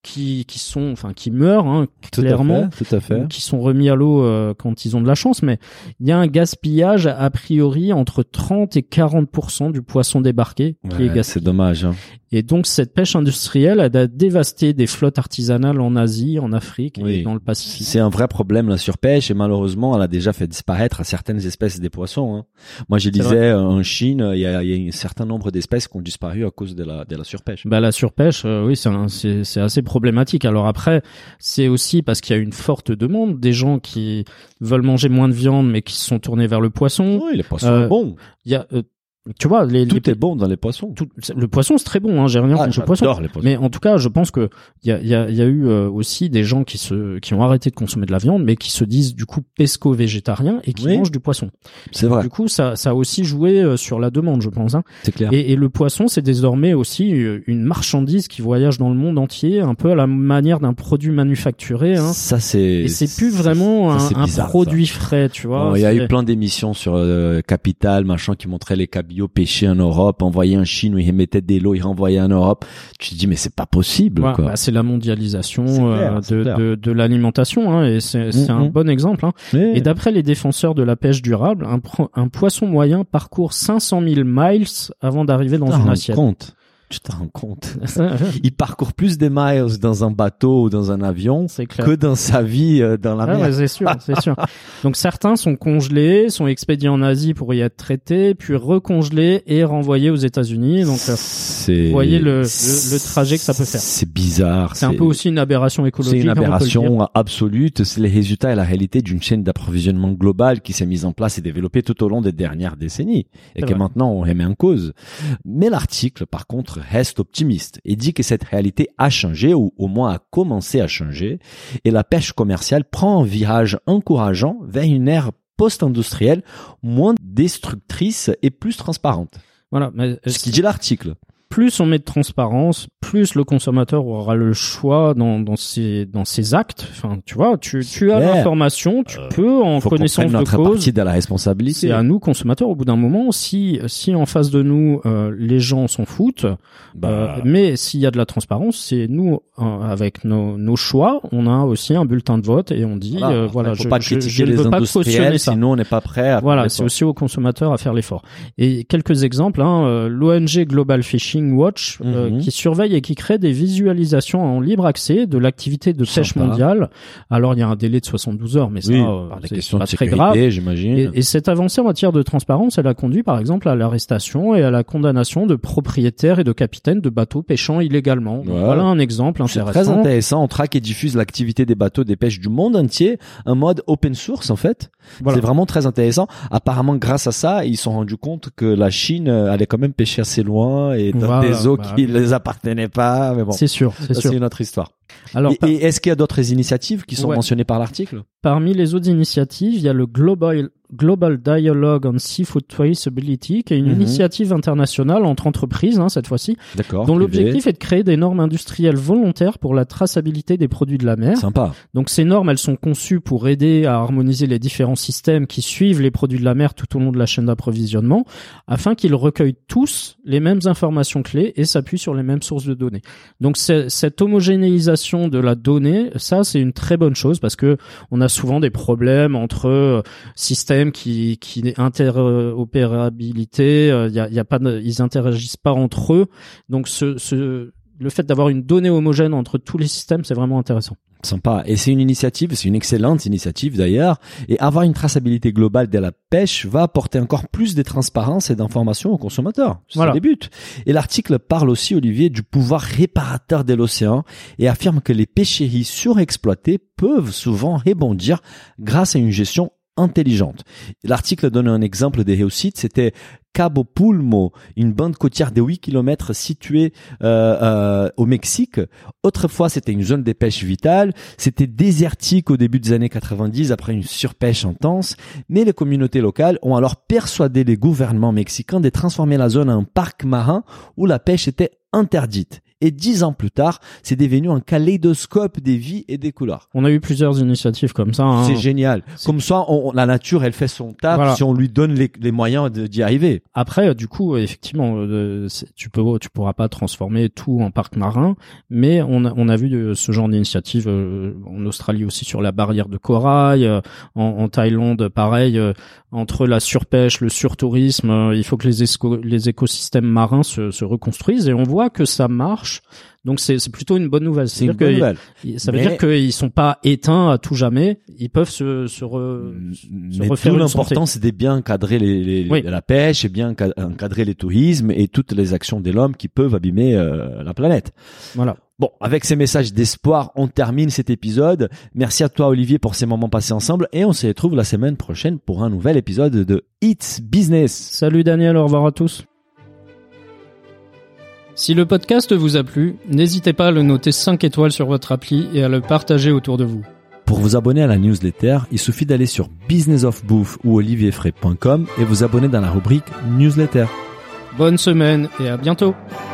Speaker 6: qui qui sont enfin qui meurent hein,
Speaker 5: Tout
Speaker 6: clairement,
Speaker 5: à fait, tout à fait.
Speaker 6: ou qui sont remis à l'eau euh, quand ils ont de la chance, mais il y a un gaspillage a priori entre trente et quarante pour cent du poisson débarqué qui
Speaker 5: Ouais,
Speaker 6: est gaspillé.
Speaker 5: c'est dommage. Hein.
Speaker 6: Et donc cette pêche industrielle elle a dévasté des flottes artisanales en Asie, en Afrique
Speaker 5: Oui.
Speaker 6: et dans le Pacifique.
Speaker 5: C'est un vrai problème la surpêche et malheureusement elle a déjà fait disparaître certaines espèces des poissons. Hein. Moi je disais en Chine il y a, il y a un certain nombre d'espèces qui ont disparu à cause de la de la surpêche.
Speaker 6: Bah la surpêche, euh, oui, c'est, un, c'est c'est assez problématique. Alors après, c'est aussi parce qu'il y a une forte demande des gens qui veulent manger moins de viande mais qui se sont tournés vers le poisson.
Speaker 5: Oui, les poissons
Speaker 6: Euh,
Speaker 5: bons.
Speaker 6: Il y a, euh, tu vois, les,
Speaker 5: Tout
Speaker 6: les,
Speaker 5: est bon dans les poissons.
Speaker 6: tout- le poisson c'est très bon. Hein, j'ai rien
Speaker 5: Ah,
Speaker 6: contre le poisson.
Speaker 5: j'adore les poissons.
Speaker 6: Mais en tout cas, je pense que il y a, il y a, il y a eu euh, aussi des gens qui se, qui ont arrêté de consommer de la viande, mais qui se disent du coup pesco-végétariens et qui
Speaker 5: Oui.
Speaker 6: mangent du poisson.
Speaker 5: C'est vrai,
Speaker 6: Du coup, ça, ça a aussi joué euh, sur la demande, je pense. Hein.
Speaker 5: c'est clair.
Speaker 6: Et, et le poisson, c'est désormais aussi euh, une marchandise qui voyage dans le monde entier, un peu à la manière d'un produit manufacturé. Hein.
Speaker 5: Ça c'est.
Speaker 6: Et c'est plus vraiment
Speaker 5: ça,
Speaker 6: un,
Speaker 5: c'est
Speaker 6: un
Speaker 5: bizarre,
Speaker 6: produit frais, tu vois.
Speaker 5: Bon, il y a
Speaker 6: C'est-
Speaker 5: eu plein d'émissions sur euh, Capital, machin, qui montraient les cabiots pêchés en Europe, envoyés en Chine où ils mettaient des lots, ils renvoyaient en Europe. Tu te dis mais c'est pas possible
Speaker 6: Ouais,
Speaker 5: quoi.
Speaker 6: bah, c'est la mondialisation
Speaker 5: C'est clair,
Speaker 6: euh,
Speaker 5: c'est
Speaker 6: de,
Speaker 5: clair.
Speaker 6: de, de l'alimentation, hein, et c'est, c'est un
Speaker 5: Mhm.
Speaker 6: bon exemple. Hein.
Speaker 5: Mais-
Speaker 6: Et d'après les défenseurs de la pêche durable, un, pro- un poisson moyen parcourt cinq cent mille miles avant d'arriver dans
Speaker 5: tu t'en
Speaker 6: une
Speaker 5: rends
Speaker 6: assiette.
Speaker 5: compte. Tu t'en rends compte. Il parcourt plus des miles dans un bateau ou dans un avion
Speaker 6: C'est clair.
Speaker 5: que dans sa vie euh, dans la
Speaker 6: Ah
Speaker 5: mer.
Speaker 6: ouais, c'est sûr, c'est sûr. Donc certains sont congelés, sont expédiés en Asie pour y être traités, puis recongelés et renvoyés aux États-Unis. Donc euh,
Speaker 5: C'est-
Speaker 6: vous voyez le- le- le trajet que ça peut faire.
Speaker 5: C'est bizarre.
Speaker 6: c'est un peu aussi une aberration écologique.
Speaker 5: C'est une
Speaker 6: hein, on peut le dire.
Speaker 5: aberration absolue. C'est les résultats et la réalité d'une chaîne d'approvisionnement globale qui s'est mise en place et développée tout au long des dernières décennies et
Speaker 6: C'est
Speaker 5: que
Speaker 6: vrai.
Speaker 5: maintenant on remet en cause. Mais l'article, par contre, reste optimiste et dit que cette réalité a changé ou au moins a commencé à changer et la pêche commerciale prend un virage encourageant vers une ère post-industrielle moins destructrice et plus transparente.
Speaker 6: Voilà, mais
Speaker 5: Ce qui dit l'article.
Speaker 6: plus on met de transparence, plus le consommateur aura le choix dans, dans ses dans ses actes. Enfin, tu vois, tu tu as
Speaker 5: clair.
Speaker 6: l'information, tu
Speaker 5: Euh,
Speaker 6: peux en
Speaker 5: Faut qu'on
Speaker 6: connaissance
Speaker 5: prenne
Speaker 6: de
Speaker 5: notre
Speaker 6: cause.
Speaker 5: partie de la responsabilité.
Speaker 6: C'est à nous consommateurs au bout d'un moment. Si si en face de nous euh, les gens s'en foutent,
Speaker 5: Bah,
Speaker 6: euh, mais s'il y a de la transparence, c'est nous euh, avec nos nos choix, on a aussi un bulletin de vote et on dit
Speaker 5: Voilà,
Speaker 6: euh,
Speaker 5: après,
Speaker 6: voilà,
Speaker 5: faut
Speaker 6: je,
Speaker 5: pas
Speaker 6: je,
Speaker 5: critiquer
Speaker 6: je ne
Speaker 5: les
Speaker 6: veux pas cautionner
Speaker 5: industriels,
Speaker 6: ça.
Speaker 5: sinon on n'est pas prêt à.
Speaker 6: Voilà,
Speaker 5: faire
Speaker 6: c'est
Speaker 5: l'effort.
Speaker 6: aussi aux consommateurs à faire l'effort. Et quelques exemples, hein, euh, l'O N G Global Fishing Watch, euh,
Speaker 5: Mhm.
Speaker 6: qui surveille et qui crée des visualisations en libre accès de l'activité de pêche
Speaker 5: Sympa.
Speaker 6: mondiale. Alors, il y a un délai de soixante-douze heures, mais ça,
Speaker 5: Oui,
Speaker 6: euh,
Speaker 5: par des
Speaker 6: c'est
Speaker 5: questions
Speaker 6: pas
Speaker 5: de
Speaker 6: très
Speaker 5: sécurité,
Speaker 6: grave.
Speaker 5: j'imagine.
Speaker 6: Et, et cette avancée en matière de transparence, elle a conduit par exemple à l'arrestation et à la condamnation de propriétaires et de capitaines de bateaux pêchant illégalement. Donc,
Speaker 5: Ouais.
Speaker 6: voilà un exemple
Speaker 5: C'est
Speaker 6: intéressant.
Speaker 5: très intéressant. On traque et diffuse l'activité des bateaux des pêches du monde entier, un mode open source en fait.
Speaker 6: Voilà.
Speaker 5: C'est vraiment très intéressant. Apparemment, grâce à ça, ils se sont rendus compte que la Chine euh, allait quand même pêcher assez loin et dans
Speaker 6: Voilà,
Speaker 5: des eaux
Speaker 6: bah,
Speaker 5: qui ne les appartenaient pas. Mais bon,
Speaker 6: C'est sûr, c'est
Speaker 5: ça,
Speaker 6: sûr.
Speaker 5: c'est une autre histoire.
Speaker 6: Alors,
Speaker 5: et
Speaker 6: par-
Speaker 5: et est-ce qu'il y a d'autres initiatives qui sont
Speaker 6: Ouais.
Speaker 5: mentionnées par l'article?
Speaker 6: Parmi les autres initiatives, il y a le Global, Global Dialogue on Seafood Traceability, qui est une
Speaker 5: Mhm.
Speaker 6: initiative internationale entre entreprises, hein, cette fois-ci,
Speaker 5: D'accord.
Speaker 6: dont
Speaker 5: privé.
Speaker 6: l'objectif est de créer des normes industrielles volontaires pour la traçabilité des produits de la mer.
Speaker 5: Sympa.
Speaker 6: Donc ces normes, elles sont conçues pour aider à harmoniser les différents systèmes qui suivent les produits de la mer tout au long de la chaîne d'approvisionnement, afin qu'ils recueillent tous les mêmes informations clés et s'appuient sur les mêmes sources de données. Donc c'est- cette homogénéisation de la donnée, ça c'est une très bonne chose parce que on a souvent des problèmes entre euh, systèmes qui qui interopérabilité, il y a, y a pas, de, ils interagissent pas entre eux. Donc ce, ce le fait d'avoir une donnée homogène entre tous les systèmes, c'est vraiment intéressant.
Speaker 5: Sympa. Et c'est une initiative, c'est une excellente initiative d'ailleurs. Et avoir une traçabilité globale de la pêche va apporter encore plus de transparence et d'informations aux consommateurs. C'est
Speaker 6: Voilà.
Speaker 5: le but. Et l'article parle aussi, Olivier, du pouvoir réparateur de l'océan et affirme que les pêcheries surexploitées peuvent souvent rebondir grâce à une gestion intelligente. L'article donne un exemple des réussites, c'était Cabo Pulmo, une bande côtière de huit kilomètres située euh, euh, au Mexique. Autrefois, c'était une zone de pêche vitale. C'était désertique au début des années quatre-vingt-dix après une surpêche intense. Mais les communautés locales ont alors persuadé les gouvernements mexicains de transformer la zone en parc marin où la pêche était interdite. Et dix ans plus tard, c'est devenu un kaléidoscope des vies et des couleurs.
Speaker 6: On a eu plusieurs initiatives comme ça. Hein.
Speaker 5: C'est génial. C'est... Comme ça, on, la nature, elle fait son taf voilà. si on lui donne les, les moyens de, d'y arriver.
Speaker 6: Après, du coup, effectivement, euh, tu peux, tu pourras pas transformer tout en parc marin, mais on a, on a vu de, ce genre d'initiative euh, en Australie aussi sur la barrière de corail, euh, en, en Thaïlande, pareil, euh, entre la surpêche, le surtourisme, euh, il faut que les, esco- les écosystèmes marins se, se reconstruisent et on voit que ça marche. Donc c'est, c'est plutôt une bonne nouvelle.
Speaker 5: C'est une bonne nouvelle.
Speaker 6: Il, ça veut mais... dire qu'ils sont pas éteints à tout jamais. Ils peuvent se, se, re, se
Speaker 5: mais
Speaker 6: refaire.
Speaker 5: Tout l'important, c'est de bien encadrer les, les, oui. la pêche et bien encadrer les tourismes et toutes les actions de l'homme qui peuvent abîmer euh, la planète.
Speaker 6: Voilà.
Speaker 5: Bon, avec ces messages d'espoir, on termine cet épisode. Merci à toi, Olivier, pour ces moments passés ensemble et on se retrouve la semaine prochaine pour un nouvel épisode de It's Business.
Speaker 6: Salut Daniel, au revoir à tous. Si le podcast vous a plu, n'hésitez pas à le noter cinq étoiles sur votre appli et à le partager autour de vous.
Speaker 5: Pour vous abonner à la newsletter, il suffit d'aller sur business of bouffe ou olivier frey point com et vous abonner dans la rubrique newsletter.
Speaker 6: Bonne semaine et à bientôt.